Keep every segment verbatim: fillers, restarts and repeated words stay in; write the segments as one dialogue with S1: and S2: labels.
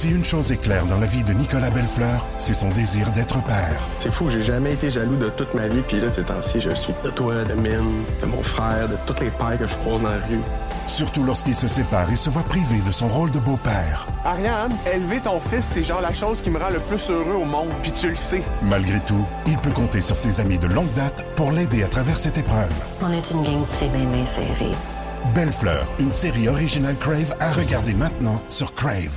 S1: Si une chose est claire dans la vie de Nicolas Bellefleur, c'est son désir d'être père.
S2: C'est fou, j'ai jamais été jaloux de toute ma vie, puis là, de ces temps-ci, je suis de toi, de Mine, de mon frère, de tous les pères que je croise dans la rue.
S1: Surtout lorsqu'il se sépare et se voit privé de son rôle de beau-père.
S3: Ariane, élever ton fils, c'est genre la chose qui me rend le plus heureux au monde, puis tu le sais.
S1: Malgré tout, il peut compter sur ses amis de longue date pour l'aider à travers cette épreuve.
S4: On est une gang de c'est bien, bien serré.
S1: Bellefleur, une série originale Crave à regarder maintenant sur Crave.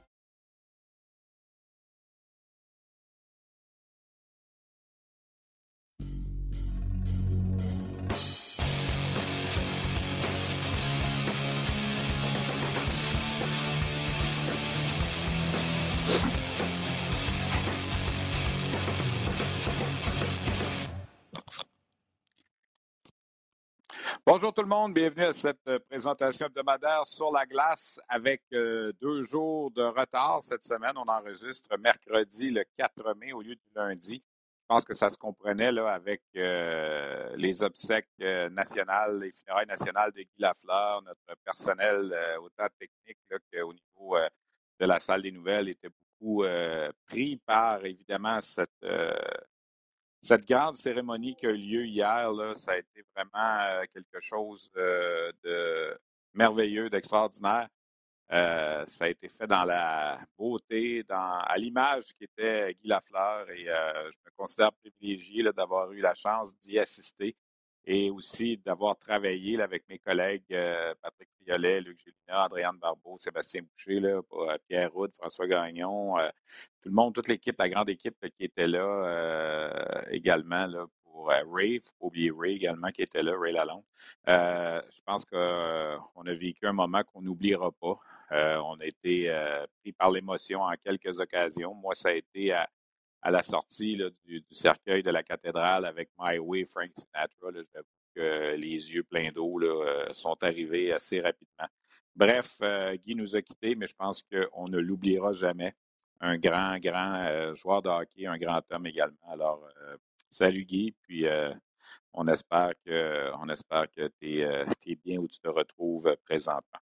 S5: Bonjour tout le monde, bienvenue à cette euh, présentation hebdomadaire sur la glace avec euh, deux jours de retard cette semaine. On enregistre mercredi le quatre mai au lieu du lundi. Je pense que ça se comprenait là, avec euh, les obsèques euh, nationales, les funérailles nationales de Guy Lafleur. Notre personnel, euh, autant technique là, qu'au niveau euh, de la salle des nouvelles, était beaucoup euh, pris par évidemment cette... Euh, Cette grande cérémonie qui a eu lieu hier, là, ça a été vraiment euh, quelque chose euh, de merveilleux, d'extraordinaire. Euh, ça a été fait dans la beauté, dans, à l'image qui était Guy Lafleur et euh, je me considère privilégié là, d'avoir eu la chance d'y assister et aussi d'avoir travaillé là, avec mes collègues euh, Patrick Triolet, Luc Gélina, Andréane Barbeau, Sébastien Boucher, là, euh, Pierre Roud, François Gagnon, euh, tout le monde, toute l'équipe, la grande équipe là, qui était là euh, également là, pour euh, Ray, faut pas oublier Ray également qui était là, Ray Lalonde. Euh, je pense qu'on euh, a vécu un moment qu'on n'oubliera pas. Euh, on a été euh, pris par l'émotion en quelques occasions. Moi, ça a été à, à la sortie là, du, du cercueil de la cathédrale avec My Way, Frank Sinatra. Là, j'avoue que les yeux pleins d'eau là, euh, sont arrivés assez rapidement. Bref, euh, Guy nous a quittés, mais je pense qu'on ne l'oubliera jamais. Un grand, grand euh, joueur de hockey, un grand homme également. Alors, euh, salut Guy, puis euh, on espère que, on espère que tu es, euh, t'es bien où tu te retrouves présentement.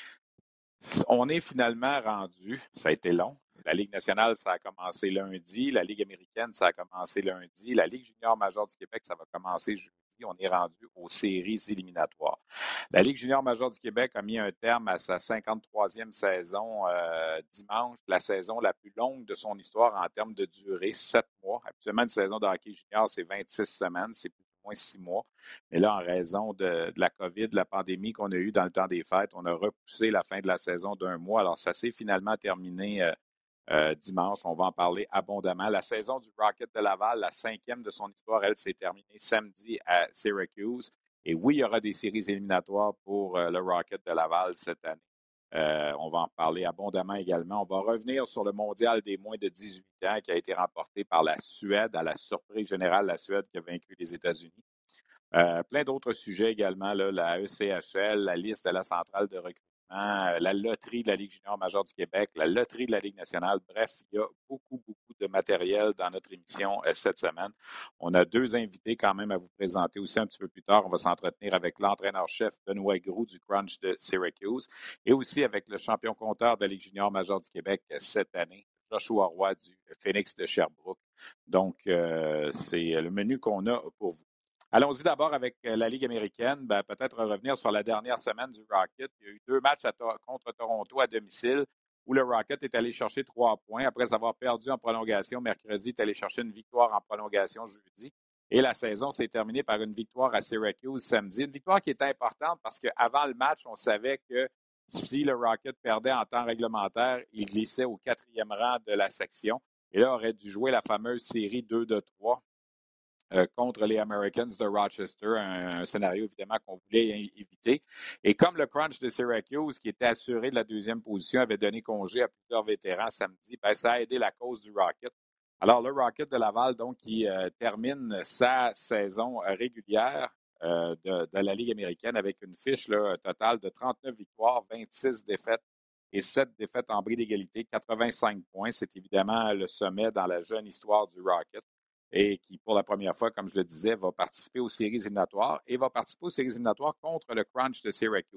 S5: On est finalement rendu, ça a été long. La Ligue nationale, ça a commencé lundi. La Ligue américaine, ça a commencé lundi. La Ligue junior majeure du Québec, ça va commencer jeudi. On est rendu aux séries éliminatoires. La Ligue junior majeure du Québec a mis un terme à sa cinquante-troisième saison euh, dimanche, la saison la plus longue de son histoire en termes de durée, sept mois. Habituellement, une saison de hockey junior, c'est vingt-six semaines, c'est plus ou moins six mois. Mais là, en raison de, de la COVID, de la pandémie qu'on a eue dans le temps des fêtes, on a repoussé la fin de la saison d'un mois. Alors, ça s'est finalement terminé euh, euh, dimanche. On va en parler abondamment. La saison du Rocket de Laval, la cinquième de son histoire, elle s'est terminée samedi à Syracuse. Et oui, il y aura des séries éliminatoires pour euh, le Rocket de Laval cette année. Euh, on va en parler abondamment également. On va revenir sur le mondial des moins de dix-huit ans qui a été remporté par la Suède, à la surprise générale, la Suède qui a vaincu les États-Unis. Euh, plein d'autres sujets également, là, la E C H L, la liste de la centrale de recrutement, la loterie de la Ligue junior majeure du Québec, la loterie de la Ligue nationale. Bref, il y a beaucoup, beaucoup de matériel dans notre émission euh, cette semaine. On a deux invités quand même à vous présenter aussi un petit peu plus tard. On va s'entretenir avec l'entraîneur-chef Benoît Groux du Crunch de Syracuse et aussi avec le champion compteur de la Ligue junior majeure du Québec cette année, Joshua Roy du Phoenix de Sherbrooke. Donc, euh, c'est le menu qu'on a pour vous. Allons-y d'abord avec la Ligue américaine. Ben, peut-être revenir sur la dernière semaine du Rocket. Il y a eu deux matchs à to- contre Toronto à domicile où le Rocket est allé chercher trois points. Après avoir perdu en prolongation mercredi, il est allé chercher une victoire en prolongation jeudi. Et la saison s'est terminée par une victoire à Syracuse samedi. Une victoire qui était importante parce qu'avant le match, on savait que si le Rocket perdait en temps réglementaire, il glissait au quatrième rang de la section. Et là, aurait dû jouer la fameuse série deux de trois. Euh, contre les Americans de Rochester, un, un scénario évidemment qu'on voulait éviter. Et comme le Crunch de Syracuse, qui était assuré de la deuxième position, avait donné congé à plusieurs vétérans samedi, ben, ça a aidé la cause du Rocket. Alors, le Rocket de Laval, donc, qui euh, termine sa saison régulière euh, de, de la Ligue américaine avec une fiche là, totale de trente-neuf victoires, vingt-six défaites et sept défaites en bris d'égalité, quatre-vingt-cinq points. C'est évidemment le sommet dans la jeune histoire du Rocket. Et qui, pour la première fois, comme je le disais, va participer aux séries éliminatoires et va participer aux séries éliminatoires contre le Crunch de Syracuse.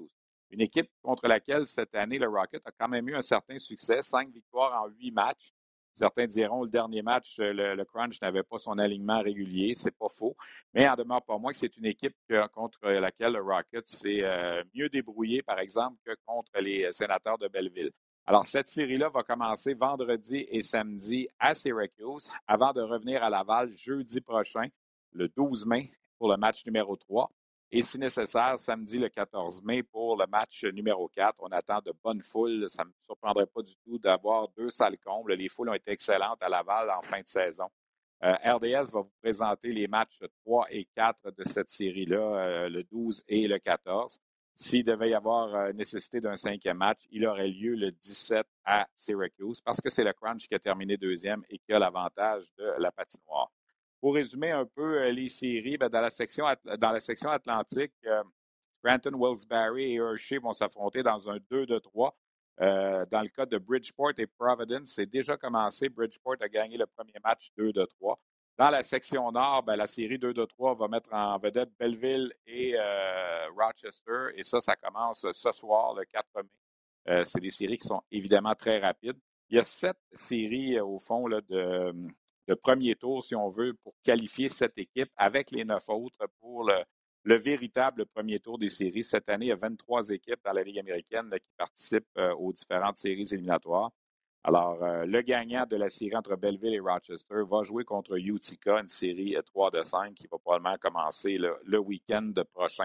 S5: Une équipe contre laquelle, cette année, le Rocket a quand même eu un certain succès, cinq victoires en huit matchs. Certains diront le dernier match, le, le Crunch n'avait pas son alignement régulier. C'est pas faux. Mais en demeure pas moins que c'est une équipe que, contre laquelle le Rocket s'est euh, mieux débrouillé, par exemple, que contre les Sénateurs de Belleville. Alors, cette série-là va commencer vendredi et samedi à Syracuse avant de revenir à Laval jeudi prochain, le douze mai, pour le match numéro trois. Et si nécessaire, samedi le quatorze mai pour le match numéro quatre. On attend de bonnes foules. Ça ne me surprendrait pas du tout d'avoir deux salles combles. Les foules ont été excellentes à Laval en fin de saison. Euh, R D S va vous présenter les matchs trois et quatre de cette série-là, euh, le douze et le quatorze. S'il devait y avoir euh, nécessité d'un cinquième match, il aurait lieu le dix-sept à Syracuse parce que c'est le Crunch qui a terminé deuxième et qui a l'avantage de la patinoire. Pour résumer un peu euh, les séries, bien, dans, la section, dans la section atlantique, euh, Scranton, Wilkes-Barre et Hershey vont s'affronter dans un deux de trois. Euh, dans le cas de Bridgeport et Providence, c'est déjà commencé. Bridgeport a gagné le premier match deux de trois. Dans la section nord, bien, la série deux de trois va mettre en vedette Belleville et euh, Rochester. Et ça, ça commence ce soir, le quatre mai. Euh, c'est des séries qui sont évidemment très rapides. Il y a sept séries, euh, au fond, là, de... de premier tour, si on veut, pour qualifier cette équipe avec les neuf autres pour le, le véritable premier tour des séries. Cette année, il y a vingt-trois équipes dans la Ligue américaine là, qui participent euh, aux différentes séries éliminatoires. Alors, euh, le gagnant de la série entre Belleville et Rochester va jouer contre Utica, une série trois de cinq qui va probablement commencer le, le week-end prochain.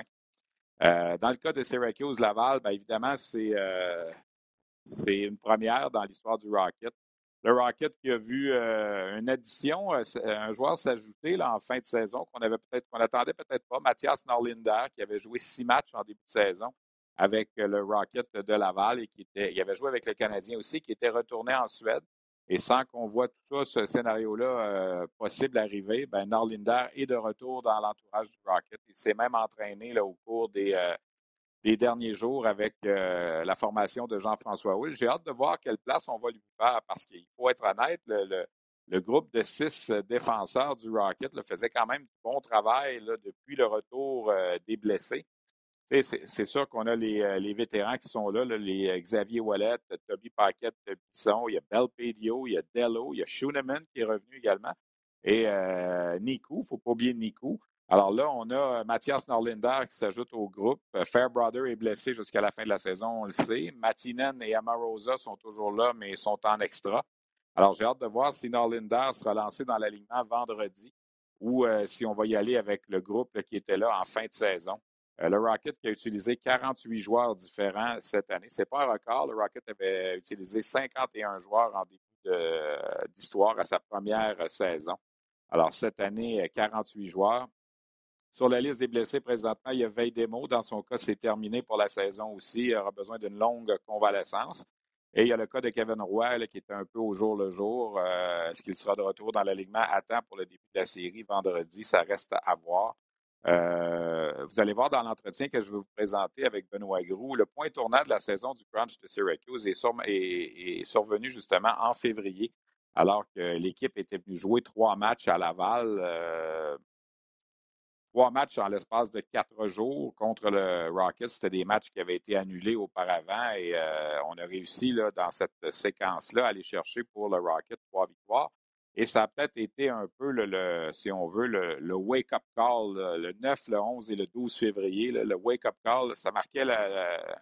S5: Euh, dans le cas de Syracuse-Laval, bien évidemment, c'est, euh, c'est une première dans l'histoire du Rocket. Le Rocket qui a vu euh, une addition, euh, un joueur s'ajouter là, en fin de saison qu'on avait peut-être, qu'on attendait peut-être pas, Mathias Norlinder, qui avait joué six matchs en début de saison avec le Rocket de Laval et qui était, il avait joué avec le Canadien aussi, qui était retourné en Suède. Et sans qu'on voit tout ça, ce scénario-là euh, possible arriver, ben Norlinder est de retour dans l'entourage du Rocket. Il s'est même entraîné là, au cours des, euh, des derniers jours avec euh, la formation de Jean-François Houle. J'ai hâte de voir quelle place on va lui faire parce qu'il faut être honnête, le, le, le groupe de six défenseurs du Rocket là, faisait quand même du bon travail là, depuis le retour euh, des blessés. C'est, c'est sûr qu'on a les, les vétérans qui sont là, là les Xavier Ouellet, Toby Paquette, Bisson, il y a Belpedio, il y a Dello, il y a Schooneman qui est revenu également, et euh, Nikou, il ne faut pas oublier Nikou. Alors là, on a Mathias Norlinder qui s'ajoute au groupe. Fairbrother est blessé jusqu'à la fin de la saison, on le sait. Matinen et Amarosa sont toujours là, mais sont en extra. Alors, j'ai hâte de voir si Norlinder sera lancé dans l'alignement vendredi ou euh, si on va y aller avec le groupe là, qui était là en fin de saison. Euh, le Rocket qui a utilisé quarante-huit joueurs différents cette année. Ce n'est pas un record. Le Rocket avait utilisé cinquante et un joueurs en début de, d'histoire à sa première saison. Alors, cette année, quarante-huit joueurs. Sur la liste des blessés présentement, il y a Veidemo. Dans son cas, c'est terminé pour la saison aussi. Il aura besoin d'une longue convalescence. Et il y a le cas de Kevin Roy là, qui est un peu au jour le jour. Euh, est-ce qu'il sera de retour dans l'alignement à temps pour le début de la série vendredi? Ça reste à voir. Euh, vous allez voir dans l'entretien que je vais vous présenter avec Benoît Groux, le point tournant de la saison du Crunch de Syracuse est, sur, est, est survenu justement en février, alors que l'équipe était venue jouer trois matchs à Laval, euh, trois matchs en l'espace de quatre jours contre le Rocket. C'était des matchs qui avaient été annulés auparavant et euh, on a réussi là, dans cette séquence-là à aller chercher pour le Rocket trois victoires. Et ça a peut-être été un peu, le, le, si on veut, le, le wake-up call, le, le neuf, le onze et le douze février. Le, le wake-up call, ça marquait la, la,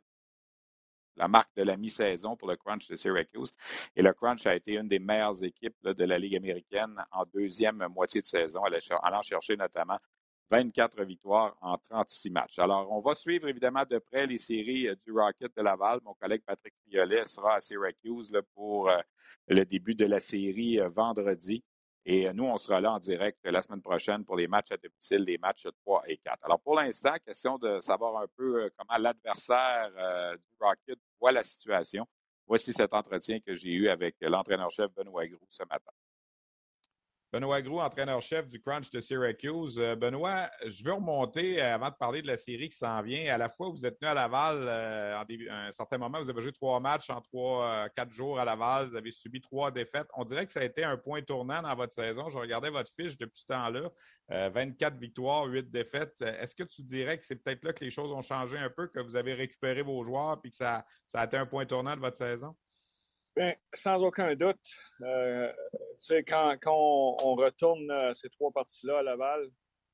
S5: la marque de la mi-saison pour le Crunch de Syracuse. Et le Crunch a été une des meilleures équipes là, de la Ligue américaine en deuxième moitié de saison, allant chercher notamment vingt-quatre victoires en trente-six matchs. Alors, on va suivre évidemment de près les séries euh, du Rocket de Laval. Mon collègue Patrick Triolet sera à Syracuse là, pour euh, le début de la série euh, vendredi. Et euh, nous, on sera là en direct euh, la semaine prochaine pour les matchs à domicile, les matchs trois et quatre. Alors, pour l'instant, question de savoir un peu euh, comment l'adversaire euh, du Rocket voit la situation. Voici cet entretien que j'ai eu avec l'entraîneur-chef Benoît Groux ce matin. Benoît Groulx, entraîneur-chef du Crunch de Syracuse. Euh, Benoît, je veux remonter euh, avant de parler de la série qui s'en vient. À la fois, vous êtes venu à Laval euh, en début, à un certain moment, vous avez joué trois matchs en trois, euh, quatre jours à Laval. Vous avez subi trois défaites. On dirait que ça a été un point tournant dans votre saison. Je regardais votre fiche depuis ce temps-là. Euh, vingt-quatre victoires, huit défaites. Est-ce que tu dirais que c'est peut-être là que les choses ont changé un peu, que vous avez récupéré vos joueurs et que ça, ça a été un point tournant de votre saison?
S6: Bien, sans aucun doute. Euh, tu sais, quand, quand on, on retourne euh, ces trois parties-là à Laval,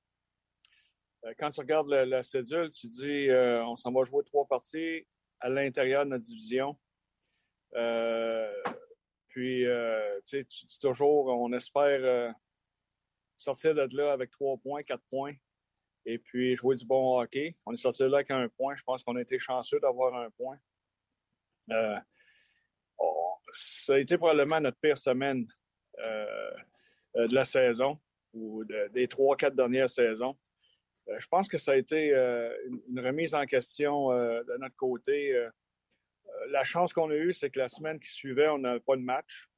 S6: euh, quand tu regardes le, la cédule, tu dis euh, on s'en va jouer trois parties à l'intérieur de notre division. Euh, puis, euh, tu sais, tu dis toujours, on espère euh, sortir de là avec trois points, quatre points, et puis jouer du bon hockey. On est sorti de là avec un point. Je pense qu'on a été chanceux d'avoir un point. Euh, Oh, ça a été probablement notre pire semaine euh, de la saison ou de, des trois, quatre dernières saisons. Euh, je pense que ça a été euh, une, une remise en question euh, de notre côté. Euh, la chance qu'on a eue, c'est que la semaine qui suivait, on n'avait pas de match.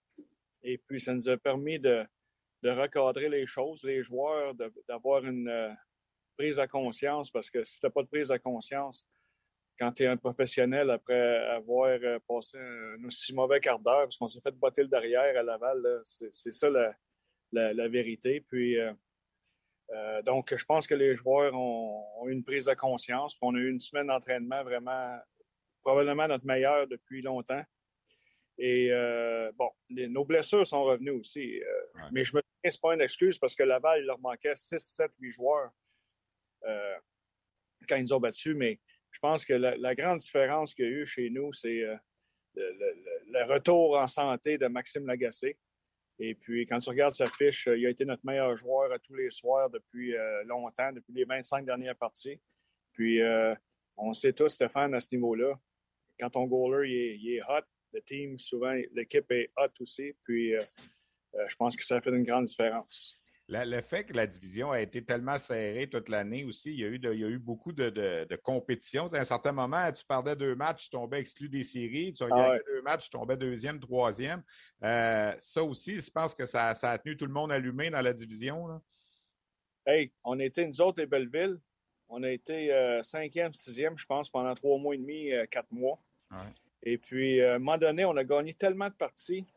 S6: Et puis, ça nous a permis de, de recadrer les choses, les joueurs, de, d'avoir une euh, prise de conscience, parce que si tu n'as pas de prise de conscience, quand tu es un professionnel, après avoir passé un aussi mauvais quart d'heure, parce qu'on s'est fait botter le derrière à Laval, là, c'est, c'est ça la, la, la vérité. Puis, euh, euh, donc, je pense que les joueurs ont, ont eu une prise de conscience. Puis on a eu une semaine d'entraînement vraiment, probablement notre meilleure depuis longtemps. Et euh, bon, les, nos blessures sont revenues aussi. Euh, ouais. Mais je me dis que ce n'est pas une excuse parce que Laval, il leur manquait six, sept, huit joueurs euh, quand ils nous ont battus. Mais je pense que la, la grande différence qu'il y a eu chez nous, c'est euh, le, le, le retour en santé de Maxime Lagacé. Et puis, quand tu regardes sa fiche, il a été notre meilleur joueur à tous les soirs depuis euh, longtemps, depuis les vingt-cinq dernières parties. Puis, euh, on sait tous, Stéphane, à ce niveau-là, quand ton goaler il est, il est hot, le team, souvent, l'équipe est hot aussi. Puis, euh, euh, je pense que ça a fait une grande différence.
S5: Le, le fait que la division a été tellement serrée toute l'année aussi, il y a eu, de, il y a eu beaucoup de, de, de compétition. À un certain moment, tu perdais deux matchs, tu tombais exclu des séries. Tu regardais ah ouais. deux matchs, tu tombais deuxième, troisième. Euh, ça aussi, je pense que ça, ça a tenu tout le monde allumé dans la division. Là.
S6: Hey, on était, nous autres, les Belleville, on a été euh, cinquième, sixième, je pense, pendant trois mois et demi, euh, quatre mois. Ouais. Et puis, euh, à un moment donné, on a gagné tellement de parties.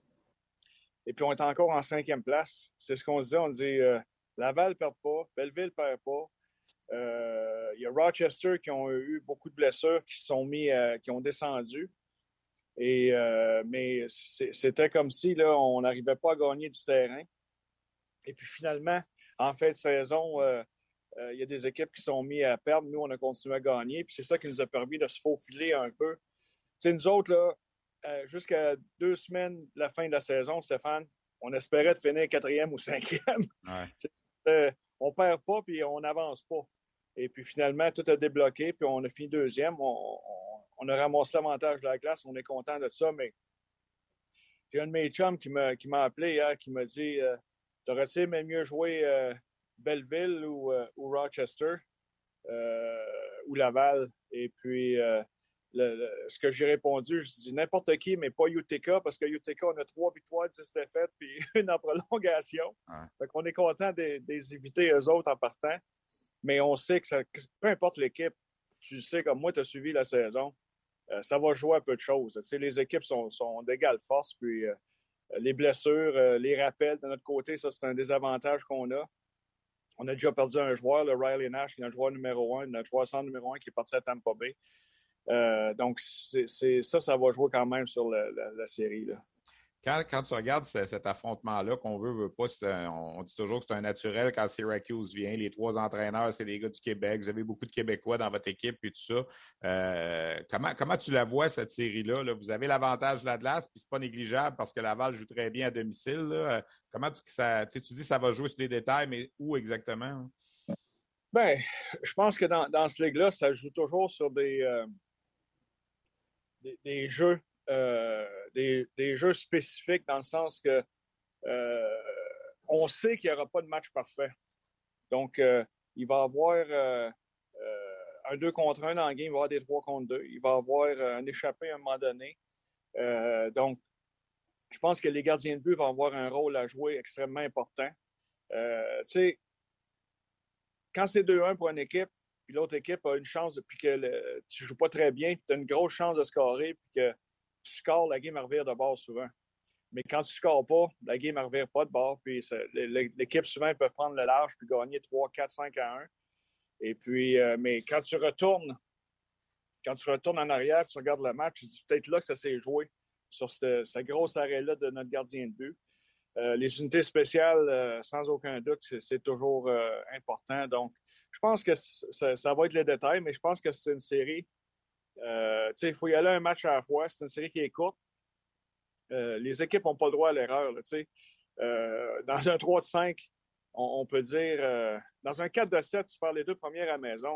S6: Et puis, on est encore en cinquième place. C'est ce qu'on se dit. On dit euh, Laval ne perd pas, Belleville ne perd pas. Il euh, y a Rochester qui ont eu beaucoup de blessures, qui se sont mis, euh, qui ont descendu. Et, euh, mais c'était comme si là, on n'arrivait pas à gagner du terrain. Et puis, finalement, en fin de saison, il euh, euh, y a des équipes qui sont mises à perdre. Nous, on a continué à gagner. Puis, c'est ça qui nous a permis de se faufiler un peu. Tu sais, nous autres, là, Euh, jusqu'à deux semaines de la fin de la saison, Stéphane, on espérait de finir quatrième ou cinquième. Ouais. euh, on ne perd pas, puis on n'avance pas. Et puis finalement, tout a débloqué, puis on a fini deuxième. On, on, on a ramassé l'avantage de la classe. On est content de ça, mais j'ai un de mes chums qui m'a, qui m'a appelé hier, qui m'a dit euh, « T'aurais-tu aimé mieux jouer euh, Belleville ou, euh, ou Rochester euh, ou Laval? » Et puis... Euh, Le, le, ce que j'ai répondu, je dis n'importe qui, mais pas U T K, parce que U T K, on a trois victoires, dix défaites, puis une en prolongation. Ouais. Fait qu'on est content de, de les éviter eux autres en partant. Mais on sait que, ça, que peu importe l'équipe, tu sais, comme moi, tu as suivi la saison, euh, ça va jouer un peu de choses. Tu sais, les équipes sont, sont d'égale force, puis euh, les blessures, euh, les rappels de notre côté, ça, c'est un désavantage qu'on a. On a déjà perdu un joueur, le Riley Nash, qui est notre joueur numéro un, notre joueur centre numéro un, qui est parti à Tampa Bay. Euh, donc, c'est, c'est, ça, ça va jouer quand même sur la, la, la série. Là.
S5: Quand, quand tu regardes ce, cet affrontement-là, qu'on veut, veut pas, un, on dit toujours que c'est un naturel quand Syracuse vient. Les trois entraîneurs, c'est des gars du Québec. Vous avez beaucoup de Québécois dans votre équipe et tout ça. Euh, comment, comment tu la vois, cette série-là? Là? Vous avez l'avantage de la glace, puis c'est pas négligeable parce que Laval joue très bien à domicile. Là. Comment tu, ça, tu dis que ça va jouer sur des détails, mais où exactement?
S6: Bien, je pense que dans, dans ce ligue-là, ça joue toujours sur des... Euh... Des, des jeux euh, des, des jeux spécifiques dans le sens que euh, on sait qu'il n'y aura pas de match parfait. Donc, euh, il va y avoir euh, euh, un deux contre un dans le game, il va y avoir des trois contre deux. Il va y avoir un échappé à un moment donné. Euh, donc, je pense que les gardiens de but vont avoir un rôle à jouer extrêmement important. Euh, tu sais, quand c'est deux un pour une équipe, puis l'autre équipe a une chance, puis que le, tu ne joues pas très bien, puis tu as une grosse chance de scorer, puis que tu scores, la game revient de bord souvent. Mais quand tu ne scores pas, la game ne revient pas de bord, puis ça, l'équipe souvent ils peuvent prendre le large, puis gagner trois, quatre, cinq à un. Et puis, euh, mais quand tu retournes, quand tu retournes en arrière, puis tu regardes le match, tu dis peut-être là que ça s'est joué sur ce, ce gros arrêt-là de notre gardien de but. Euh, les unités spéciales, euh, sans aucun doute, c'est, c'est toujours euh, important. Donc, je pense que ça, ça va être les détails, mais je pense que c'est une série. Euh, tu sais, il faut y aller un match à la fois. C'est une série qui est courte. Euh, les équipes n'ont pas le droit à l'erreur. Là, euh, dans un trois de cinq, on, on peut dire... Euh, dans un quatre de sept, tu perds les deux premières à la maison.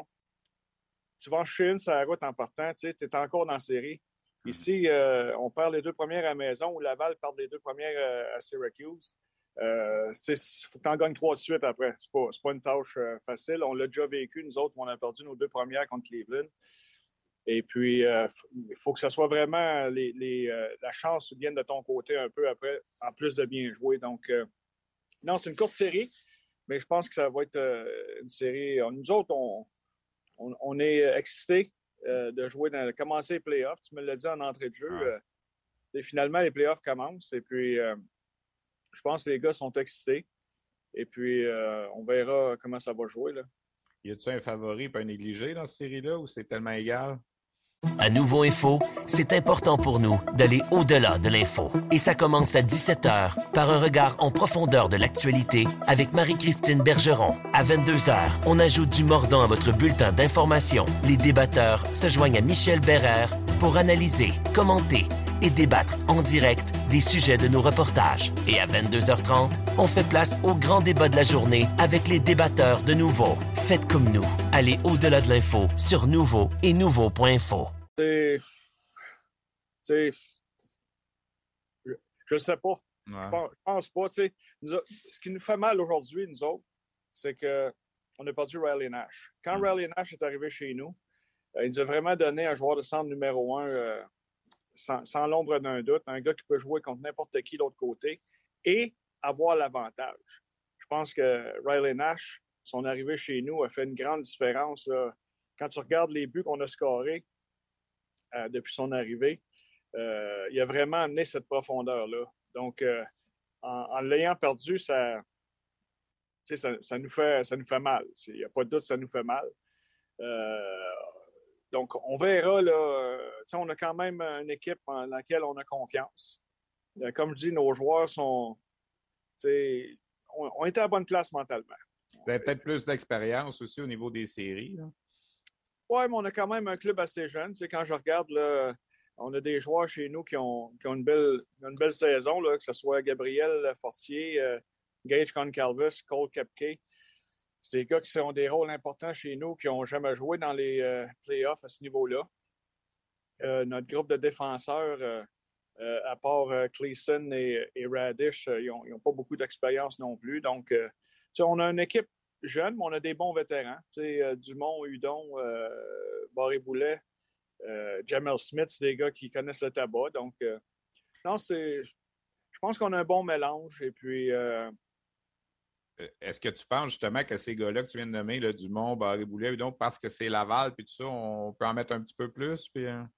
S6: Tu vas en chercher une sur la route en partant. Tu es encore dans la série. Ici, euh, on perd les deux premières à la maison ou Laval perd les deux premières euh, à Syracuse. Il euh, faut que tu en gagnes trois de suite après. Ce n'est pas, pas une tâche euh, facile. On l'a déjà vécu, nous autres, on a perdu nos deux premières contre Cleveland. Et puis, euh, il faut que ce soit vraiment les, les, euh, la chance vienne de ton côté un peu après, en plus de bien jouer. Donc, euh, non, c'est une courte série, mais je pense que ça va être euh, une série. Nous autres, on, on, on est excités euh, de jouer, dans, de commencer les playoffs. Tu me l'as dit en entrée de jeu. Euh, et finalement, les playoffs commencent. Et puis, euh, je pense que les gars sont excités. Et puis, euh, on verra comment ça va jouer, là.
S5: Y a-t-il un favori et un négligé dans cette série-là ou c'est tellement égal?
S7: À Nouveau Info, c'est important pour nous d'aller au-delà de l'info. Et ça commence à dix-sept heures par un regard en profondeur de l'actualité avec Marie-Christine Bergeron. À vingt-deux heures, on ajoute du mordant à votre bulletin d'information. Les débatteurs se joignent à Michel Bérère pour analyser, commenter et débattre en direct des sujets de nos reportages. Et à vingt-deux heures trente, on fait place au grand débat de la journée avec les débatteurs de Nouveau. Faites comme nous. Allez au-delà de l'info sur Nouveau et nouveau point info.
S6: C'est... c'est... Je ne sais pas. Ouais. Je pense, je pense pas. Tu sais, nous, ce qui nous fait mal aujourd'hui, nous autres, c'est qu'on a perdu Riley Nash. Quand mm. Riley Nash est arrivé chez nous, euh, il nous a vraiment donné un joueur de centre numéro un euh, sans, sans l'ombre d'un doute, un gars qui peut jouer contre n'importe qui de l'autre côté et avoir l'avantage. Je pense que Riley Nash, son arrivée chez nous, a fait une grande différence. Là. Quand tu regardes les buts qu'on a scorés euh, depuis son arrivée, euh, il a vraiment amené cette profondeur-là. Donc, euh, en, en l'ayant perdu, ça, ça, ça, nous fait, ça nous fait mal. Il n'y a pas de doute, ça nous fait mal. Euh, donc, on verra. Là, on a quand même une équipe dans laquelle on a confiance. Euh, comme je dis, nos joueurs sont... On, on était à la bonne place mentalement.
S5: Vous avez peut-être plus d'expérience aussi au niveau des séries.
S6: Oui, mais on a quand même un club assez jeune. Tu sais, quand je regarde, là, on a des joueurs chez nous qui ont, qui ont une, belle, une belle saison, là, que ce soit Gabriel Fortier, euh, Gage Concalves, Cole Koepke. C'est des gars qui ont des rôles importants chez nous, qui n'ont jamais joué dans les euh, playoffs à ce niveau-là. Euh, notre groupe de défenseurs, euh, euh, à part euh, Cleason et, et Radish, euh, ils n'ont pas beaucoup d'expérience non plus. Donc, euh, tu sais, on a une équipe jeune, mais on a des bons vétérans. Tu sais, euh, Dumont, Hudon, euh, Barré-Boulet, euh, Jamel Smith, c'est des gars qui connaissent le tabac. Donc, euh, non, c'est... Je pense qu'on a un bon mélange. Et puis... Euh...
S5: Est-ce que tu penses justement que ces gars-là que tu viens de nommer, là, Dumont, Barré-Boulet, Hudon, parce que c'est Laval, puis tout ça, on peut en mettre un petit peu plus? Puis, euh...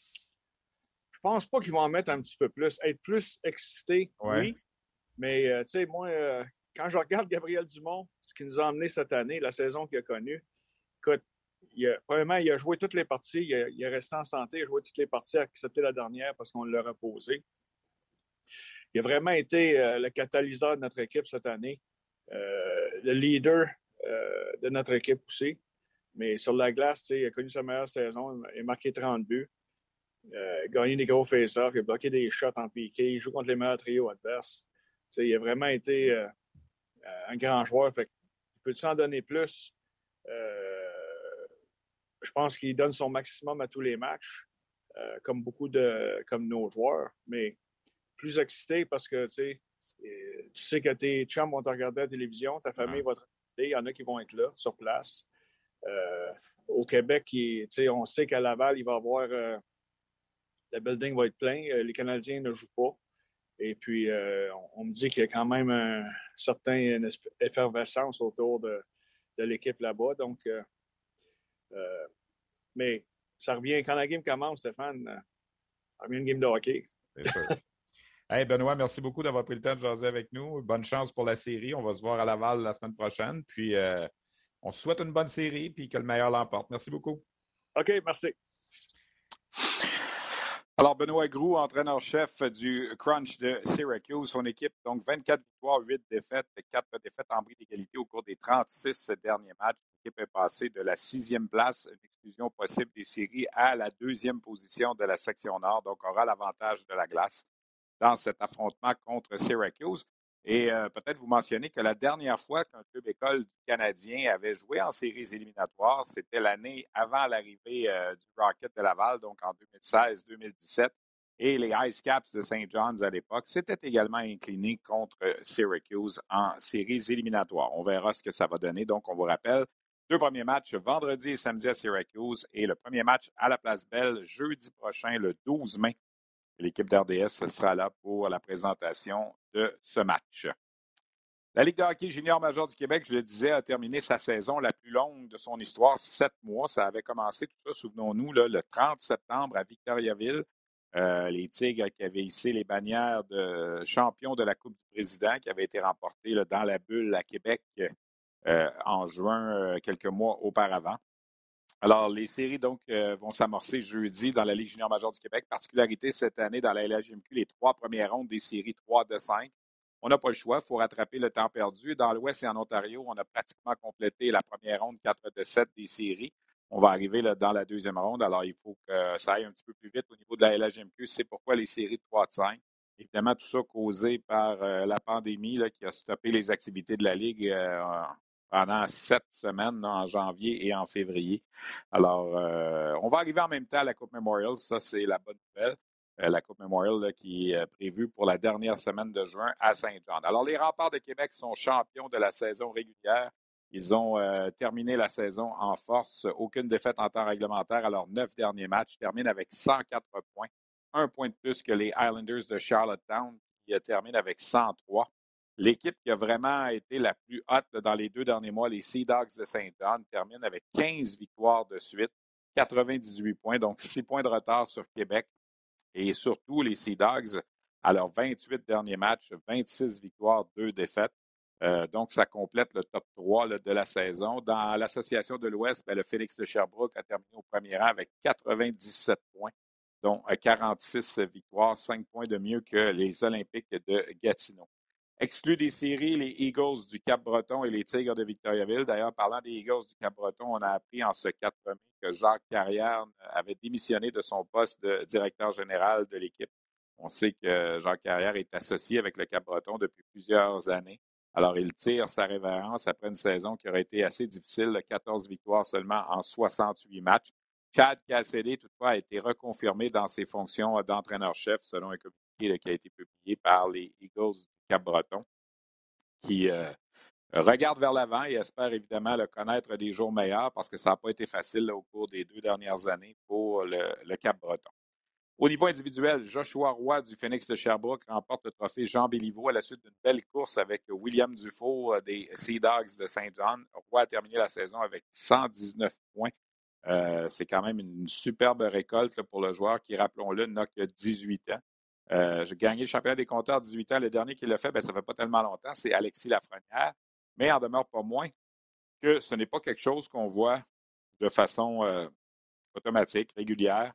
S6: Je pense pas qu'ils vont en mettre un petit peu plus. Être plus excité, ouais. Oui. Mais, euh, tu sais, moi... Euh... Quand je regarde Gabriel Dumont, ce qu'il nous a emmené cette année, la saison qu'il a connue, écoute, il a, premièrement, il a joué toutes les parties, il, a, il est resté en santé, il a joué toutes les parties, excepté la dernière parce qu'on l'a reposé. Il a vraiment été euh, le catalyseur de notre équipe cette année, euh, le leader euh, de notre équipe aussi. Mais sur la glace, il a connu sa meilleure saison, il a marqué trente buts, euh, gagné des gros face-offs, il a bloqué des shots en piqué, il joue contre les meilleurs trios adverses. T'sais, il a vraiment été... Euh, un grand joueur. Fait peux-tu en donner plus? Euh, je pense qu'il donne son maximum à tous les matchs, euh, comme beaucoup de comme nos joueurs, mais plus excité parce que tu sais, tu sais que tes chums vont te regarder à la télévision, ta famille va te regarder, il y en a qui vont être là, sur place. Euh, au Québec, il, on sait qu'à Laval, il va y avoir euh, le building va être plein, les Canadiens ne jouent pas. Et puis, euh, on, on me dit qu'il y a quand même un certain une effervescence autour de, de l'équipe là-bas. Donc, euh, euh, mais ça revient, quand la game commence, Stéphane, euh, ça revient une game de hockey.
S5: C'est sûr. Hey Benoît, merci beaucoup d'avoir pris le temps de jaser avec nous. Bonne chance pour la série. On va se voir à Laval la semaine prochaine. Puis, euh, on se souhaite une bonne série puis que le meilleur l'emporte. Merci beaucoup.
S6: OK, merci.
S5: Alors, Benoît Groulx, entraîneur-chef du Crunch de Syracuse, son équipe, donc vingt-quatre victoires, huit défaites, quatre défaites en bris d'égalité au cours des trente-six derniers matchs. L'équipe est passée de la sixième place, une exclusion possible des séries, à la deuxième position de la section nord, donc aura l'avantage de la glace dans cet affrontement contre Syracuse. Et euh, peut-être vous mentionner que la dernière fois qu'un club école du Canadien avait joué en séries éliminatoires, c'était l'année avant l'arrivée euh, du Rocket de Laval, donc en deux mille seize deux mille dix-sept. Et les Ice Caps de Saint John's à l'époque s'étaient également inclinés contre Syracuse en séries éliminatoires. On verra ce que ça va donner. Donc, on vous rappelle, deux premiers matchs vendredi et samedi à Syracuse et le premier match à la Place Belle jeudi prochain, le douze mai. L'équipe d'R D S sera là pour la présentation de ce match. La Ligue de hockey junior major du Québec, je le disais, a terminé sa saison la plus longue de son histoire, sept mois. Ça avait commencé tout ça, souvenons-nous, là, le trente septembre à Victoriaville. Euh, les Tigres qui avaient hissé les bannières de champion de la Coupe du Président qui avait été remportée là, dans la bulle à Québec euh, en juin, euh, quelques mois auparavant. Alors, les séries, donc, euh, vont s'amorcer jeudi dans la Ligue junior majeure du Québec. Particularité cette année dans la L H M Q, les trois premières rondes des séries trois de cinq. On n'a pas le choix, il faut rattraper le temps perdu. Dans l'Ouest et en Ontario, on a pratiquement complété la première ronde quatre de sept des séries. On va arriver là, dans la deuxième ronde, alors il faut que ça aille un petit peu plus vite au niveau de la L H M Q. C'est pourquoi les séries de trois de cinq. Évidemment, tout ça causé par euh, la pandémie là, qui a stoppé les activités de la Ligue euh, pendant sept semaines, là, en janvier et en février. Alors, euh, on va arriver en même temps à la Coupe Memorial. Ça, c'est la bonne nouvelle. Euh, la Coupe Memorial là, qui est prévue pour la dernière semaine de juin à Saint-Jean. Alors, les Remparts de Québec sont champions de la saison régulière. Ils ont euh, terminé la saison en force. Aucune défaite en temps réglementaire à leurs neuf derniers matchs. Ils terminent avec cent quatre points. Un point de plus que les Islanders de Charlottetown qui terminent avec cent trois. L'équipe qui a vraiment été la plus haute dans les deux derniers mois, les Sea Dogs de Saint-John, termine avec quinze victoires de suite, quatre-vingt-dix-huit points, donc six points de retard sur Québec. Et surtout, les Sea Dogs, à leurs vingt-huit derniers matchs, vingt-six victoires, deux défaites. Euh, donc, ça complète le top trois là, de la saison. Dans l'Association de l'Ouest, bien, le Phoenix de Sherbrooke a terminé au premier rang avec quatre-vingt-dix-sept points, dont quarante-six victoires, cinq points de mieux que les Olympiques de Gatineau. Exclus des séries, les Eagles du Cap-Breton et les Tigres de Victoriaville. D'ailleurs, parlant des Eagles du Cap-Breton, on a appris en ce quatre mai que Jacques Carrière avait démissionné de son poste de directeur général de l'équipe. On sait que Jacques Carrière est associé avec le Cap-Breton depuis plusieurs années. Alors, il tire sa révérence après une saison qui aurait été assez difficile, quatorze victoires seulement en soixante-huit matchs. Chad Cassidy, toutefois, a été reconfirmé dans ses fonctions d'entraîneur-chef, selon un communiqué qui a été publié par les Eagles du Cap-Breton, qui euh, regarde vers l'avant et espère évidemment le connaître des jours meilleurs parce que ça n'a pas été facile là, au cours des deux dernières années pour le, le Cap-Breton. Au niveau individuel, Joshua Roy du Phoenix de Sherbrooke remporte le trophée Jean Béliveau à la suite d'une belle course avec William Dufault des Sea Dogs de Saint-John. Roy a terminé la saison avec cent dix-neuf points. Euh, c'est quand même une superbe récolte là, pour le joueur qui, rappelons-le, n'a que dix-huit ans. Euh, j'ai gagné le championnat des compteurs à dix-huit ans. Le dernier qui l'a fait, bien, ça ne fait pas tellement longtemps, c'est Alexis Lafrenière. Mais il en demeure pas moins que ce n'est pas quelque chose qu'on voit de façon euh, automatique, régulière.